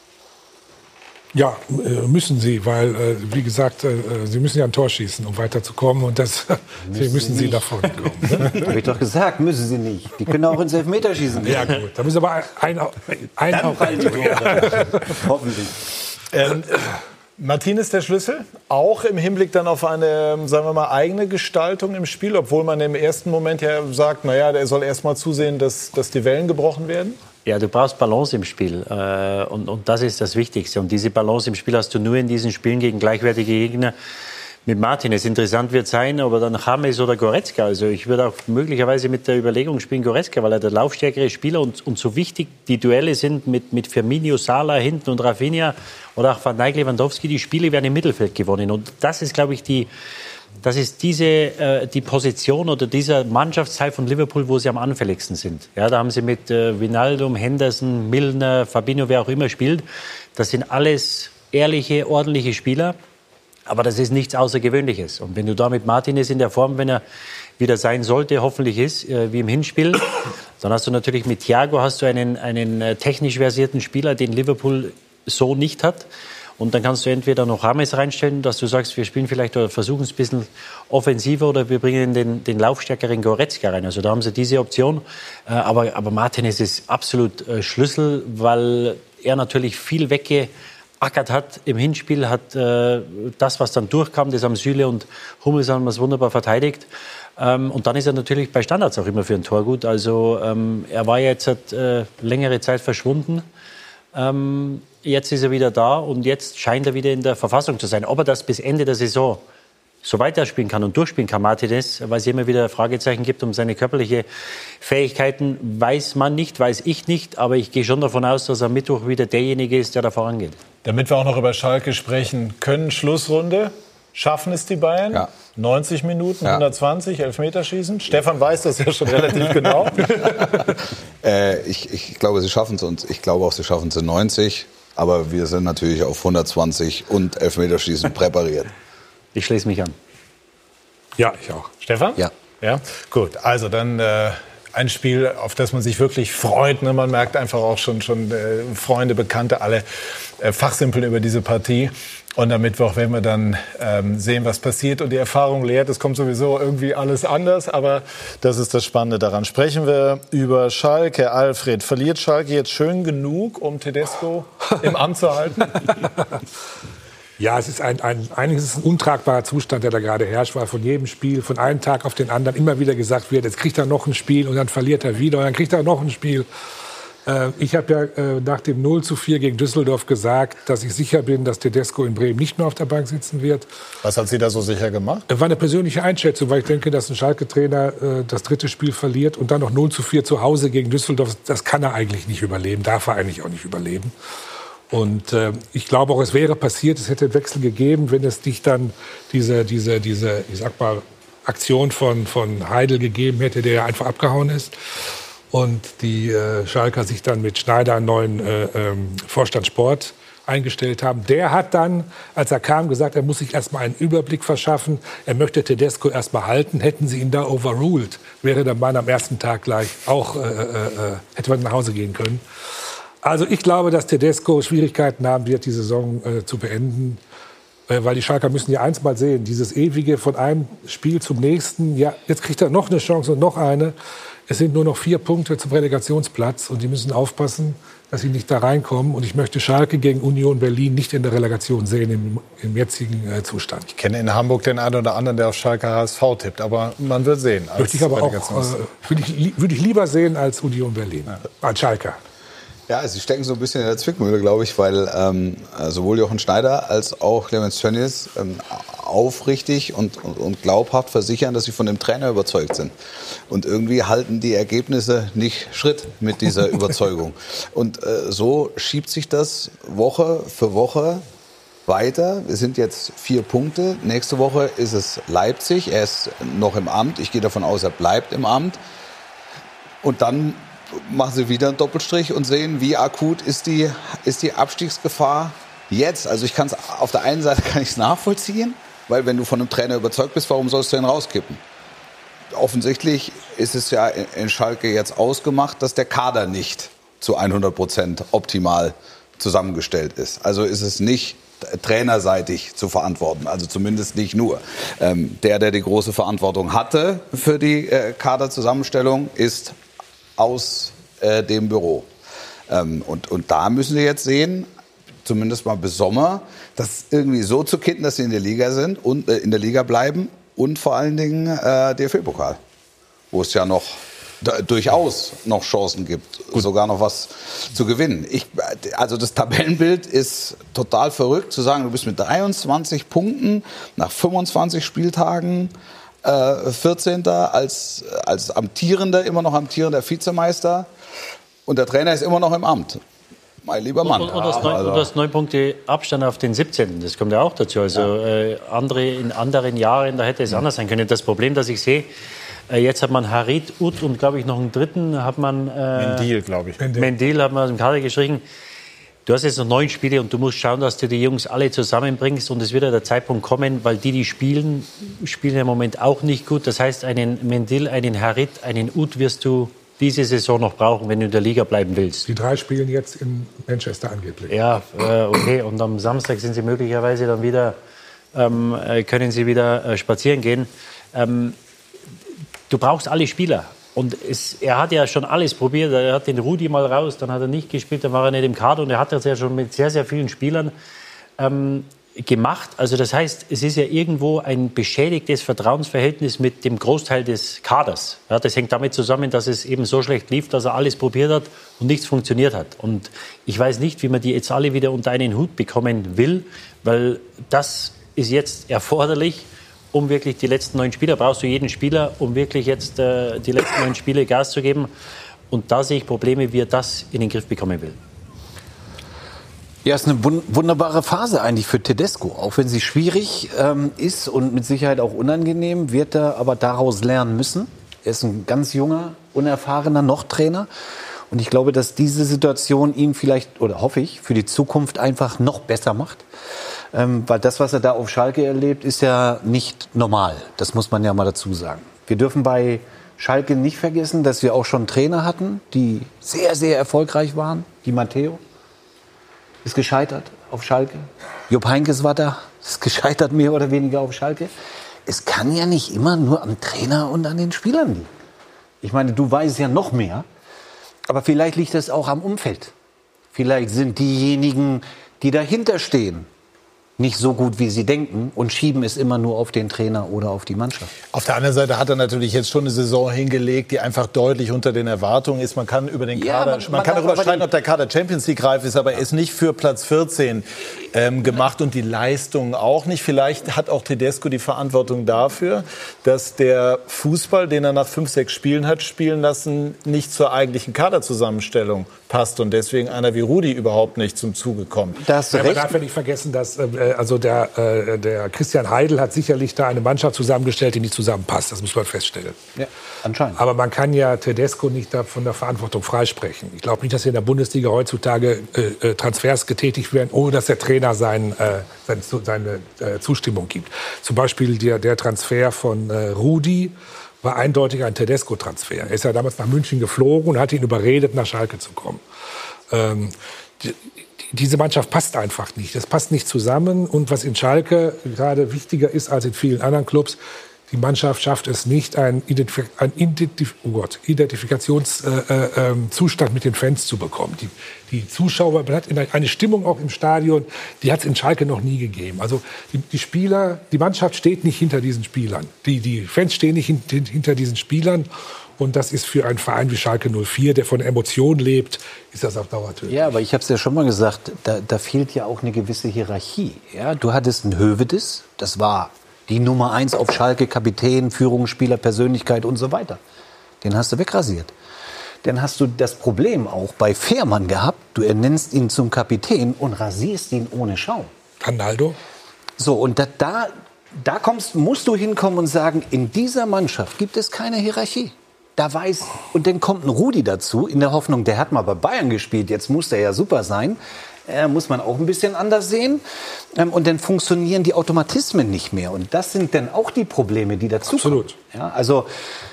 S5: Ja, äh, müssen sie, weil, äh, wie gesagt, äh, sie müssen ja ein Tor schießen, um weiterzukommen. Und das, deswegen müssen sie davon kommen. Ne?
S2: Habe ich doch gesagt, müssen sie nicht. Die können auch ins Elfmeterschießen gehen.
S5: Ja gut, da müssen aber ein, ein, ein
S2: Dann
S5: auch
S2: fallen die Tore. Hoffentlich.
S1: Ähm, Martinez der Schlüssel, auch im Hinblick dann auf eine, sagen wir mal, eigene Gestaltung im Spiel, obwohl man im ersten Moment ja sagt, naja, der soll erst mal zusehen, dass, dass die Wellen gebrochen werden?
S3: Ja, du brauchst Balance im Spiel äh, und, und das ist das Wichtigste. Und diese Balance im Spiel hast du nur in diesen Spielen gegen gleichwertige Gegner mit Martinez. Interessant wird sein, ob er dann James oder Goretzka. Also ich würde auch möglicherweise mit der Überlegung spielen Goretzka, weil er der laufstärkere Spieler und, und so wichtig die Duelle sind mit, mit Firmino, Salah hinten und Rafinha oder auch Van Dijk, Lewandowski. Die Spiele werden im Mittelfeld gewonnen und das ist, glaube ich, die Das ist diese, äh, die Position oder dieser Mannschaftsteil von Liverpool, wo sie am anfälligsten sind. Ja, da haben sie mit äh, Wijnaldum, Henderson, Milner, Fabinho, wer auch immer spielt. Das sind alles ehrliche, ordentliche Spieler. Aber das ist nichts Außergewöhnliches. Und wenn du da mit Martinez in der Form, wenn er wieder sein sollte, hoffentlich ist, äh, wie im Hinspiel, dann hast du natürlich mit Thiago hast du einen, einen äh, technisch versierten Spieler, den Liverpool so nicht hat. Und dann kannst du entweder noch James reinstellen, dass du sagst, wir spielen vielleicht oder versuchen es ein bisschen offensiver oder wir bringen den, den laufstärkeren Goretzka rein. Also da haben sie diese Option. Äh, aber, aber Martinez ist absolut äh, Schlüssel, weil er natürlich viel weggeackert hat im Hinspiel, hat äh, das, was dann durchkam, das haben Süle und Hummels haben es wunderbar verteidigt. Ähm, und dann ist er natürlich bei Standards auch immer für ein Tor gut. Also ähm, er war jetzt seit äh, längere Zeit verschwunden. Ähm, jetzt ist er wieder da und jetzt scheint er wieder in der Verfassung zu sein. Ob er das bis Ende der Saison so weiterspielen kann und durchspielen kann, Martinez, weil es immer wieder Fragezeichen gibt um seine körperlichen Fähigkeiten, weiß man nicht, weiß ich nicht. Aber ich gehe schon davon aus, dass er am Mittwoch wieder derjenige ist, der da vorangeht.
S1: Damit wir auch noch über Schalke sprechen können, Schlussrunde. Schaffen es die Bayern?
S4: Ja.
S1: neunzig Minuten,
S4: Ja.
S1: hundertzwanzig, Elfmeterschießen. Stefan weiß das ja schon relativ genau.
S4: äh, ich, ich glaube, sie schaffen es und ich glaube auch, sie schaffen es in neunzig. Aber wir sind natürlich auf hundertzwanzig und Elfmeterschießen präpariert.
S3: Ich schließe mich an.
S5: Ja, ich auch.
S1: Stefan?
S2: Ja.
S1: Ja, gut. Also dann äh, ein Spiel, auf das man sich wirklich freut. Ne? Man merkt einfach auch schon, schon äh, Freunde, Bekannte, alle äh, fachsimpeln über diese Partie. Und am Mittwoch werden wir dann ähm, sehen, was passiert. Und die Erfahrung lehrt, es kommt sowieso irgendwie alles anders. Aber das ist das Spannende daran. Sprechen wir über Schalke. Alfred, verliert Schalke jetzt schön genug, um Tedesco im Amt zu halten?
S5: Ja, es ist ein, ein, eigentlich ist es ein untragbarer Zustand, der da gerade herrscht, weil von jedem Spiel, von einem Tag auf den anderen immer wieder gesagt wird, jetzt kriegt er noch ein Spiel und dann verliert er wieder und dann kriegt er noch ein Spiel. Äh, ich habe ja äh, nach dem null zu vier gegen Düsseldorf gesagt, dass ich sicher bin, dass Tedesco in Bremen nicht mehr auf der Bank sitzen wird.
S1: Was hat Sie da so sicher gemacht?
S5: War eine persönliche Einschätzung, weil ich denke, dass ein Schalke-Trainer äh, das dritte Spiel verliert und dann noch null zu vier zu Hause gegen Düsseldorf, das kann er eigentlich nicht überleben, darf er eigentlich auch nicht überleben. Und äh, ich glaube auch, es wäre passiert, es hätte einen Wechsel gegeben, wenn es nicht dann diese, diese, diese ich sag mal, Aktion von, von Heidel gegeben hätte, der ja einfach abgehauen ist. Und die äh, Schalker sich dann mit Schneider einen neuen äh, ähm, Vorstand Sport eingestellt haben. Der hat dann, als er kam, gesagt, er muss sich erst mal einen Überblick verschaffen. Er möchte Tedesco erst mal halten. Hätten sie ihn da overruled, wäre der Mann am ersten Tag gleich auch, äh, äh, hätte man nach Hause gehen können. Also ich glaube, dass Tedesco Schwierigkeiten haben wird, die Saison äh, zu beenden. Äh, weil die Schalker müssen ja eins mal sehen, dieses ewige von einem Spiel zum nächsten. Ja, jetzt kriegt er noch eine Chance und noch eine. Es sind nur noch vier Punkte zum Relegationsplatz und die müssen aufpassen, dass sie nicht da reinkommen. Und ich möchte Schalke gegen Union Berlin nicht in der Relegation sehen im, im jetzigen äh, Zustand.
S1: Ich kenne in Hamburg den einen oder anderen, der auf Schalke H S V tippt, aber man wird sehen.
S5: Würde ich aber auch äh, würde ich, würd ich lieber sehen als Union Berlin, ja. Als Schalke.
S4: Ja, sie stecken so ein bisschen in der Zwickmühle, glaube ich, weil ähm, sowohl Jochen Schneider als auch Clemens Tönnies ähm, aufrichtig und, und, und glaubhaft versichern, dass sie von dem Trainer überzeugt sind. Und irgendwie halten die Ergebnisse nicht Schritt mit dieser Überzeugung. Und äh, so schiebt sich das Woche für Woche weiter. Wir sind jetzt vier Punkte. Nächste Woche ist es Leipzig. Er ist noch im Amt. Ich gehe davon aus, er bleibt im Amt. Und dann machen sie wieder einen Doppelstrich und sehen, wie akut ist die, ist die Abstiegsgefahr jetzt. Also ich kann es auf der einen Seite kann ich es nachvollziehen, weil wenn du von einem Trainer überzeugt bist, warum sollst du ihn rauskippen? Offensichtlich ist es ja in Schalke jetzt ausgemacht, dass der Kader nicht zu hundert Prozent optimal zusammengestellt ist. Also ist es nicht trainerseitig zu verantworten, also zumindest nicht nur. Ähm, der, der die große Verantwortung hatte für die äh, Kaderzusammenstellung, ist aus äh, dem Büro. Ähm, und, und da müssen wir jetzt sehen, zumindest mal bis Sommer, das irgendwie so zu kitten, dass sie in der Liga sind und äh, in der Liga bleiben und vor allen Dingen äh, D F B-Pokal, wo es ja noch da, durchaus noch Chancen gibt, Gut. sogar noch was zu gewinnen. Ich, also das Tabellenbild ist total verrückt, zu sagen, du bist mit dreiundzwanzig Punkten nach fünfundzwanzig Spieltagen vierzehnter als, als amtierender, immer noch amtierender Vizemeister und der Trainer ist immer noch im Amt. Mein lieber Mann.
S3: Und, und, das, neun, also. und das neun Punkte Abstand auf den siebzehnten Das kommt ja auch dazu. Also ja. äh, andere, in anderen Jahren, da hätte es anders sein können. Das Problem, das ich sehe, äh, jetzt hat man Harit, Ut und glaube ich noch einen dritten, hat man äh,
S1: Mendil, glaube ich.
S3: Mendil hat man aus dem Kader gestrichen. Du hast jetzt noch neun Spiele und du musst schauen, dass du die Jungs alle zusammenbringst. Und es wird ja der Zeitpunkt kommen, weil die, die spielen, spielen im Moment auch nicht gut. Das heißt, einen Mendil, einen Harit, einen Ut wirst du diese Saison noch brauchen, wenn du in der Liga bleiben willst.
S5: Die drei spielen jetzt in Manchester angeblich.
S3: Ja, äh, okay. Und am Samstag sind sie möglicherweise dann wieder, ähm, können sie wieder äh, spazieren gehen. Ähm, du brauchst alle Spieler. Und es, er hat ja schon alles probiert. Er hat den Rudi mal raus, dann hat er nicht gespielt, dann war er nicht im Kader. Und er hat das ja schon mit sehr, sehr vielen Spielern ähm, gemacht. Also das heißt, es ist ja irgendwo ein beschädigtes Vertrauensverhältnis mit dem Großteil des Kaders. Ja, das hängt damit zusammen, dass es eben so schlecht lief, dass er alles probiert hat und nichts funktioniert hat. Und ich weiß nicht, wie man die jetzt alle wieder unter einen Hut bekommen will, weil das ist jetzt erforderlich, um wirklich die letzten neun Spieler, brauchst du jeden Spieler, um wirklich jetzt äh, die letzten neun Spiele Gas zu geben. Und da sehe ich Probleme, wie er das in den Griff bekommen will.
S2: Ja, es ist eine wun- wunderbare Phase eigentlich für Tedesco. Auch wenn sie schwierig ähm, ist und mit Sicherheit auch unangenehm, wird er aber daraus lernen müssen. Er ist ein ganz junger, unerfahrener Noch-Trainer. Und ich glaube, dass diese Situation ihn vielleicht, oder hoffe ich, für die Zukunft einfach noch besser macht. Ähm, weil das, was er da auf Schalke erlebt, ist ja nicht normal. Das muss man ja mal dazu sagen. Wir dürfen bei Schalke nicht vergessen, dass wir auch schon Trainer hatten, die sehr, sehr erfolgreich waren. Die Matteo ist gescheitert auf Schalke. Jupp Heynckes war da, ist gescheitert mehr oder weniger auf Schalke. Es kann ja nicht immer nur am Trainer und an den Spielern liegen. Ich meine, du weißt ja noch mehr, aber vielleicht liegt das auch am Umfeld. Vielleicht sind diejenigen, die dahinter stehen, nicht so gut, wie sie denken und schieben es immer nur auf den Trainer oder auf die Mannschaft.
S1: Auf der anderen Seite hat er natürlich jetzt schon eine Saison hingelegt, die einfach deutlich unter den Erwartungen ist. Man kann über den Kader, ja, man, man, man kann darüber streiten, ob der Kader Champions League reif ist, aber er ist nicht für Platz vierzehn ähm, gemacht und die Leistung auch nicht. Vielleicht hat auch Tedesco die Verantwortung dafür, dass der Fußball, den er nach fünf, sechs Spielen hat spielen lassen, nicht zur eigentlichen Kaderzusammenstellung passt und deswegen einer wie Rudi überhaupt nicht zum Zuge kommt.
S5: Das ja, man darf ja nicht vergessen, dass äh, also der, äh, der Christian Heidel hat sicherlich da eine Mannschaft zusammengestellt, die nicht zusammenpasst. Das muss man feststellen.
S2: Ja, anscheinend.
S5: Aber man kann ja Tedesco nicht da von der Verantwortung freisprechen. Ich glaube nicht, dass in der Bundesliga heutzutage äh, Transfers getätigt werden, ohne dass der Trainer sein, äh, seine, seine äh, Zustimmung gibt. Zum Beispiel der, der Transfer von äh, Rudi war eindeutig ein Tedesco-Transfer. Er ist ja damals nach München geflogen und hat ihn überredet, nach Schalke zu kommen. Ähm, die, diese Mannschaft passt einfach nicht. Das passt nicht zusammen. Und was in Schalke gerade wichtiger ist als in vielen anderen Clubs, die Mannschaft schafft es nicht, einen, Identif- einen Identif- oh Gott, Identifikationszustand äh, äh, mit den Fans zu bekommen. Die, die Zuschauer, man hat eine Stimmung auch im Stadion, die hat es in Schalke noch nie gegeben. Also die, die Spieler, die Mannschaft steht nicht hinter diesen Spielern. Die, die Fans stehen nicht hin, hinter diesen Spielern. Und das ist für einen Verein wie Schalke null vier, der von Emotionen lebt, ist das auf Dauer tödlich.
S2: Ja, aber ich habe es ja schon mal gesagt, da, da fehlt ja auch eine gewisse Hierarchie. Ja, du hattest einen Hövedes, das war die Nummer eins auf Schalke, Kapitän, Führungsspieler, Persönlichkeit und so weiter. Den hast du wegrasiert. Dann hast du das Problem auch bei Fährmann gehabt. Du ernennst ihn zum Kapitän und rasierst ihn ohne Schaum.
S5: Ronaldo.
S2: So, und da, da, da kommst, musst du hinkommen und sagen, in dieser Mannschaft gibt es keine Hierarchie. Da weiß, und dann kommt ein Rudi dazu, in der Hoffnung, der hat mal bei Bayern gespielt, jetzt muss der ja super sein. Äh, muss man auch ein bisschen anders sehen. Ähm, und dann funktionieren die Automatismen nicht mehr. Und das sind dann auch die Probleme, die dazukommen.
S5: Absolut.
S2: Ja, also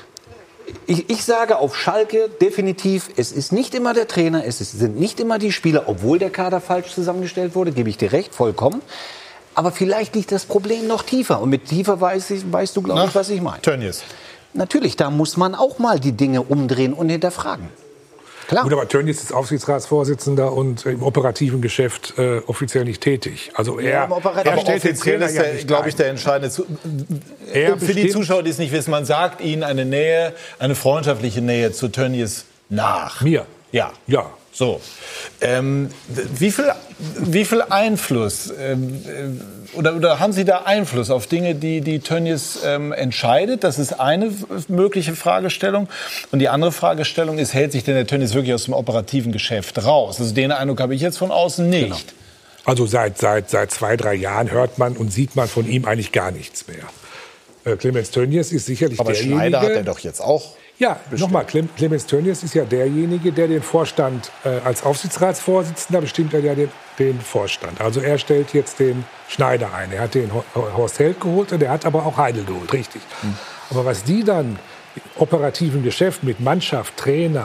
S2: ich, ich sage auf Schalke definitiv, es ist nicht immer der Trainer, es ist, sind nicht immer die Spieler, obwohl der Kader falsch zusammengestellt wurde, gebe ich dir recht, vollkommen. Aber vielleicht liegt das Problem noch tiefer. Und mit tiefer weiß ich, weißt du, glaube ich, was ich meine.
S1: Tönnies.
S2: Natürlich, da muss man auch mal die Dinge umdrehen und hinterfragen. Klar.
S5: Gut, aber Tönnies ist Aufsichtsratsvorsitzender und im operativen Geschäft äh, offiziell nicht tätig. Also er,
S1: ja, aber er stellt den Trainer, ist der, glaube ich, der entscheidende. Zu er Für die Zuschauer, die es nicht wissen, man sagt ihnen eine Nähe, eine freundschaftliche Nähe zu Tönnies nach.
S5: Mir?
S1: Ja.
S5: Ja.
S1: So. Ähm, wie viel, wie viel Einfluss ähm, oder, oder haben Sie da Einfluss auf Dinge, die, die Tönnies ähm, entscheidet? Das ist eine mögliche Fragestellung. Und die andere Fragestellung ist, hält sich denn der Tönnies wirklich aus dem operativen Geschäft raus? Also den Eindruck habe ich jetzt von außen nicht. Genau.
S5: Also seit, seit, seit zwei, drei Jahren hört man und sieht man von ihm eigentlich gar nichts mehr. Äh, Clemens Tönnies ist sicherlich
S1: Aber
S5: derjenige...
S1: Aber Schneider hat er doch jetzt auch...
S5: Ja, nochmal, Clemens Tönnies ist ja derjenige, der den Vorstand, äh, als Aufsichtsratsvorsitzender bestimmt er ja den, den Vorstand. Also er stellt jetzt den Schneider ein. Er hat den Horst Held geholt und er hat aber auch Heidel geholt, richtig. Hm. Aber was die dann im operativen Geschäft mit Mannschaft, Trainer,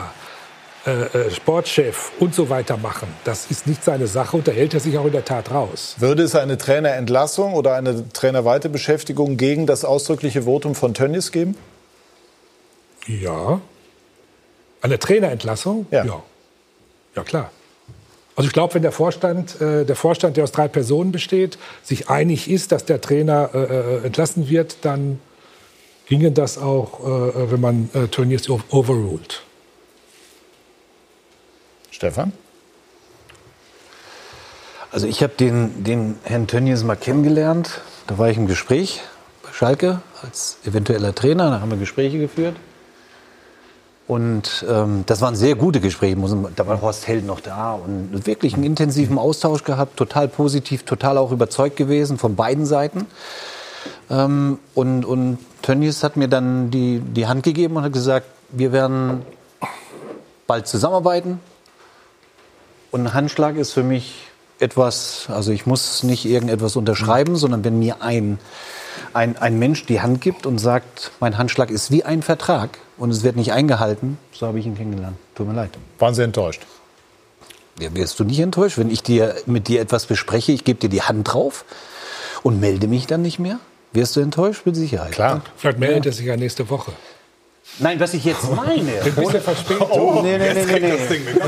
S5: äh, Sportchef und so weiter machen, das ist nicht seine Sache und da hält er sich auch in der Tat raus.
S1: Würde es eine Trainerentlassung oder eine Trainerweiterbeschäftigung gegen das ausdrückliche Votum von Tönnies geben?
S5: Ja. Eine Trainerentlassung?
S1: Ja.
S5: Ja, ja klar. Also ich glaube, wenn der Vorstand, äh, der Vorstand, der aus drei Personen besteht, sich einig ist, dass der Trainer äh, entlassen wird, dann ginge das auch, äh, wenn man äh, Tönnies overruled.
S1: Stefan?
S2: Also ich habe den, den Herrn Tönnies mal kennengelernt. Da war ich im Gespräch bei Schalke als eventueller Trainer. Da haben wir Gespräche geführt. Und ähm, das waren sehr gute Gespräche. Da war Horst Held noch da und wirklich einen intensiven Austausch gehabt. Total positiv, total auch überzeugt gewesen von beiden Seiten. Ähm, und, und Tönnies hat mir dann die, die Hand gegeben und hat gesagt, wir werden bald zusammenarbeiten. Und ein Handschlag ist für mich etwas, also ich muss nicht irgendetwas unterschreiben, sondern wenn mir ein ein, ein Mensch die Hand gibt und sagt, mein Handschlag ist wie ein Vertrag und es wird nicht eingehalten, so habe ich ihn kennengelernt. Tut mir leid.
S1: Waren Sie enttäuscht?
S2: Ja, wirst du nicht enttäuscht, wenn ich dir, mit dir etwas bespreche, ich gebe dir die Hand drauf und melde mich dann nicht mehr? Wirst du enttäuscht? Mit Sicherheit.
S5: Klar. Vielleicht meldet er sich ja nächste Woche.
S2: Nein, was ich jetzt meine.
S5: Ein bisschen verspätet.
S2: Oh, nee, nee, nee, nee, nee.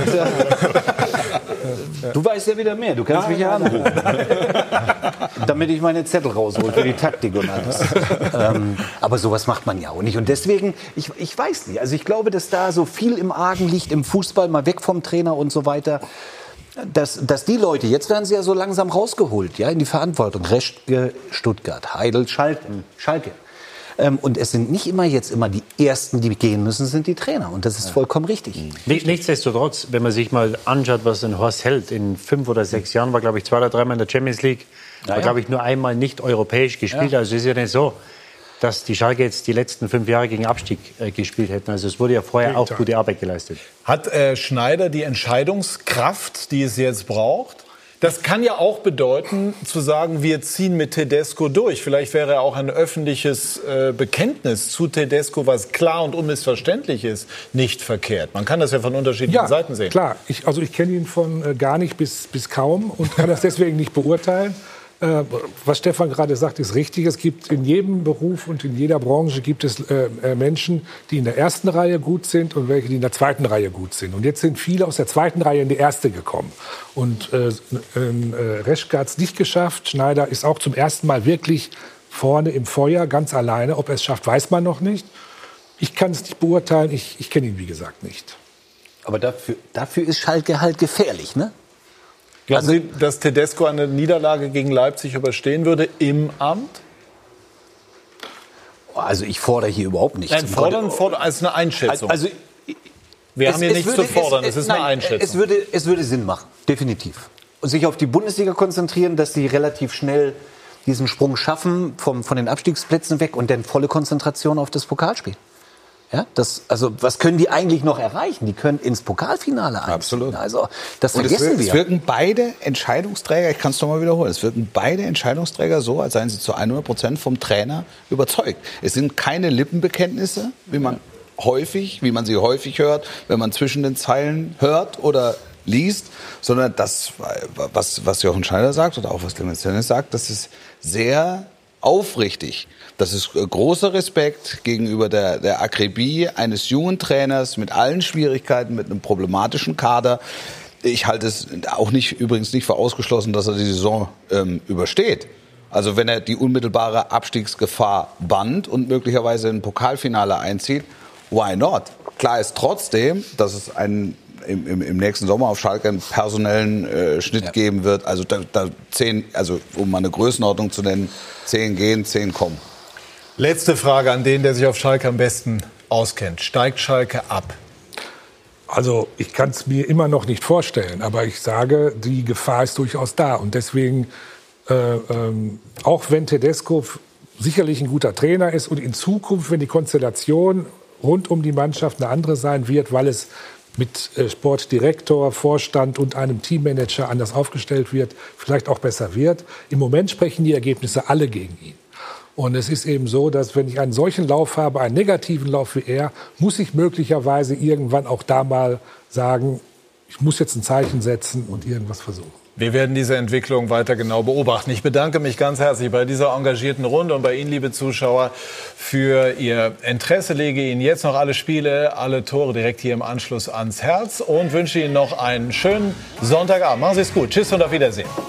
S2: Du weißt ja wieder mehr. Du kannst mich ja anrufen. Damit ich meine Zettel raushole für die Taktik und alles. ähm, aber sowas macht man ja auch nicht. Und deswegen, ich, ich weiß nicht. Also ich glaube, dass da so viel im Argen liegt im Fußball, mal weg vom Trainer und so weiter. Dass, dass die Leute, jetzt werden sie ja so langsam rausgeholt, ja, in die Verantwortung. Reschke, Stuttgart, Heidel, Schalke. Schalke. Ähm, und es sind nicht immer jetzt immer die Ersten, die gehen müssen, sind die Trainer. Und das ist vollkommen richtig.
S3: Nichtsdestotrotz, wenn man sich mal anschaut, was ein Horst Held in fünf oder sechs Jahren war, glaube ich, zwei oder dreimal in der Champions League,
S2: ja,
S3: war, glaube ich, nur einmal nicht europäisch gespielt.
S2: Ja.
S3: Also es ist ja nicht so, dass die Schalke jetzt die letzten fünf Jahre gegen Abstieg äh, gespielt hätten. Also es wurde ja vorher auch gute Arbeit geleistet.
S1: Hat äh, Schneider die Entscheidungskraft, die es jetzt braucht? Das kann ja auch bedeuten, zu sagen, wir ziehen mit Tedesco durch. Vielleicht wäre auch ein öffentliches äh, Bekenntnis zu Tedesco, was klar und unmissverständlich ist, nicht verkehrt. Man kann das ja von unterschiedlichen
S5: Ja,
S1: Seiten sehen.
S5: Klar, ich, also ich kenne ihn von äh, gar nicht bis, bis kaum und kann das deswegen nicht beurteilen. Äh, was Stefan gerade sagt, ist richtig. Es gibt in jedem Beruf und in jeder Branche gibt es äh, äh, Menschen, die in der ersten Reihe gut sind und welche, die in der zweiten Reihe gut sind. Und jetzt sind viele aus der zweiten Reihe in die erste gekommen. Und äh, äh, Reschke hat es nicht geschafft. Schneider ist auch zum ersten Mal wirklich vorne im Feuer, ganz alleine. Ob er es schafft, weiß man noch nicht. Ich kann es nicht beurteilen. Ich, ich kenne ihn, wie gesagt, nicht.
S2: Aber dafür, dafür ist Schalke halt gefährlich, ne?
S1: Glauben Sie, dass Tedesco eine Niederlage gegen Leipzig überstehen würde im Amt?
S2: Also ich fordere hier überhaupt nichts.
S1: Nein, fordern, fordern als eine Einschätzung.
S2: Also,
S1: Wir
S2: es,
S1: haben hier
S2: es
S1: nichts
S2: würde,
S1: zu fordern,
S2: es,
S1: es ist
S2: nein,
S1: eine Einschätzung.
S2: Es würde, es würde Sinn machen, definitiv. Und sich auf die Bundesliga konzentrieren, dass sie relativ schnell diesen Sprung schaffen vom, von den Abstiegsplätzen weg und dann volle Konzentration auf das Pokalspiel. Ja, das, also was können die eigentlich noch erreichen? Die können ins Pokalfinale einziehen.
S4: Absolut.
S2: Also das
S4: Und
S2: vergessen
S4: es, wir.
S2: wir.
S4: Es wirken beide Entscheidungsträger, ich kann es noch mal wiederholen, es wirken beide Entscheidungsträger so, als seien sie zu hundert Prozent vom Trainer überzeugt. Es sind keine Lippenbekenntnisse, wie man häufig, wie man sie häufig hört, wenn man zwischen den Zeilen hört oder liest, sondern das, was, was Jochen Schneider sagt oder auch was Clemens Tönnies sagt, das ist sehr aufrichtig. Das ist großer Respekt gegenüber der, der Akribie eines jungen Trainers mit allen Schwierigkeiten, mit einem problematischen Kader. Ich halte es auch nicht, übrigens nicht für ausgeschlossen, dass er die Saison ähm, übersteht. Also wenn er die unmittelbare Abstiegsgefahr bannt und möglicherweise ein Pokalfinale einzieht, why not? Klar ist trotzdem, dass es einen Im, im, im nächsten Sommer auf Schalke einen personellen äh, Schnitt ja. geben wird. Also, da, da zehn, also um mal eine Größenordnung zu nennen, zehn gehen, zehn kommen.
S1: Letzte Frage an den, der sich auf Schalke am besten auskennt. Steigt Schalke ab?
S5: Also ich kann es mir immer noch nicht vorstellen, aber ich sage, die Gefahr ist durchaus da. Und deswegen, äh, ähm, auch wenn Tedesco sicherlich ein guter Trainer ist und in Zukunft, wenn die Konstellation rund um die Mannschaft eine andere sein wird, weil es mit Sportdirektor, Vorstand und einem Teammanager anders aufgestellt wird, vielleicht auch besser wird. Im Moment sprechen die Ergebnisse alle gegen ihn. Und es ist eben so, dass wenn ich einen solchen Lauf habe, einen negativen Lauf wie er, muss ich möglicherweise irgendwann auch da mal sagen, ich muss jetzt ein Zeichen setzen und irgendwas versuchen.
S1: Wir werden diese Entwicklung weiter genau beobachten. Ich bedanke mich ganz herzlich bei dieser engagierten Runde und bei Ihnen, liebe Zuschauer, für Ihr Interesse. Lege Ihnen jetzt noch alle Spiele, alle Tore direkt hier im Anschluss ans Herz und wünsche Ihnen noch einen schönen Sonntagabend. Machen Sie es gut. Tschüss und auf Wiedersehen.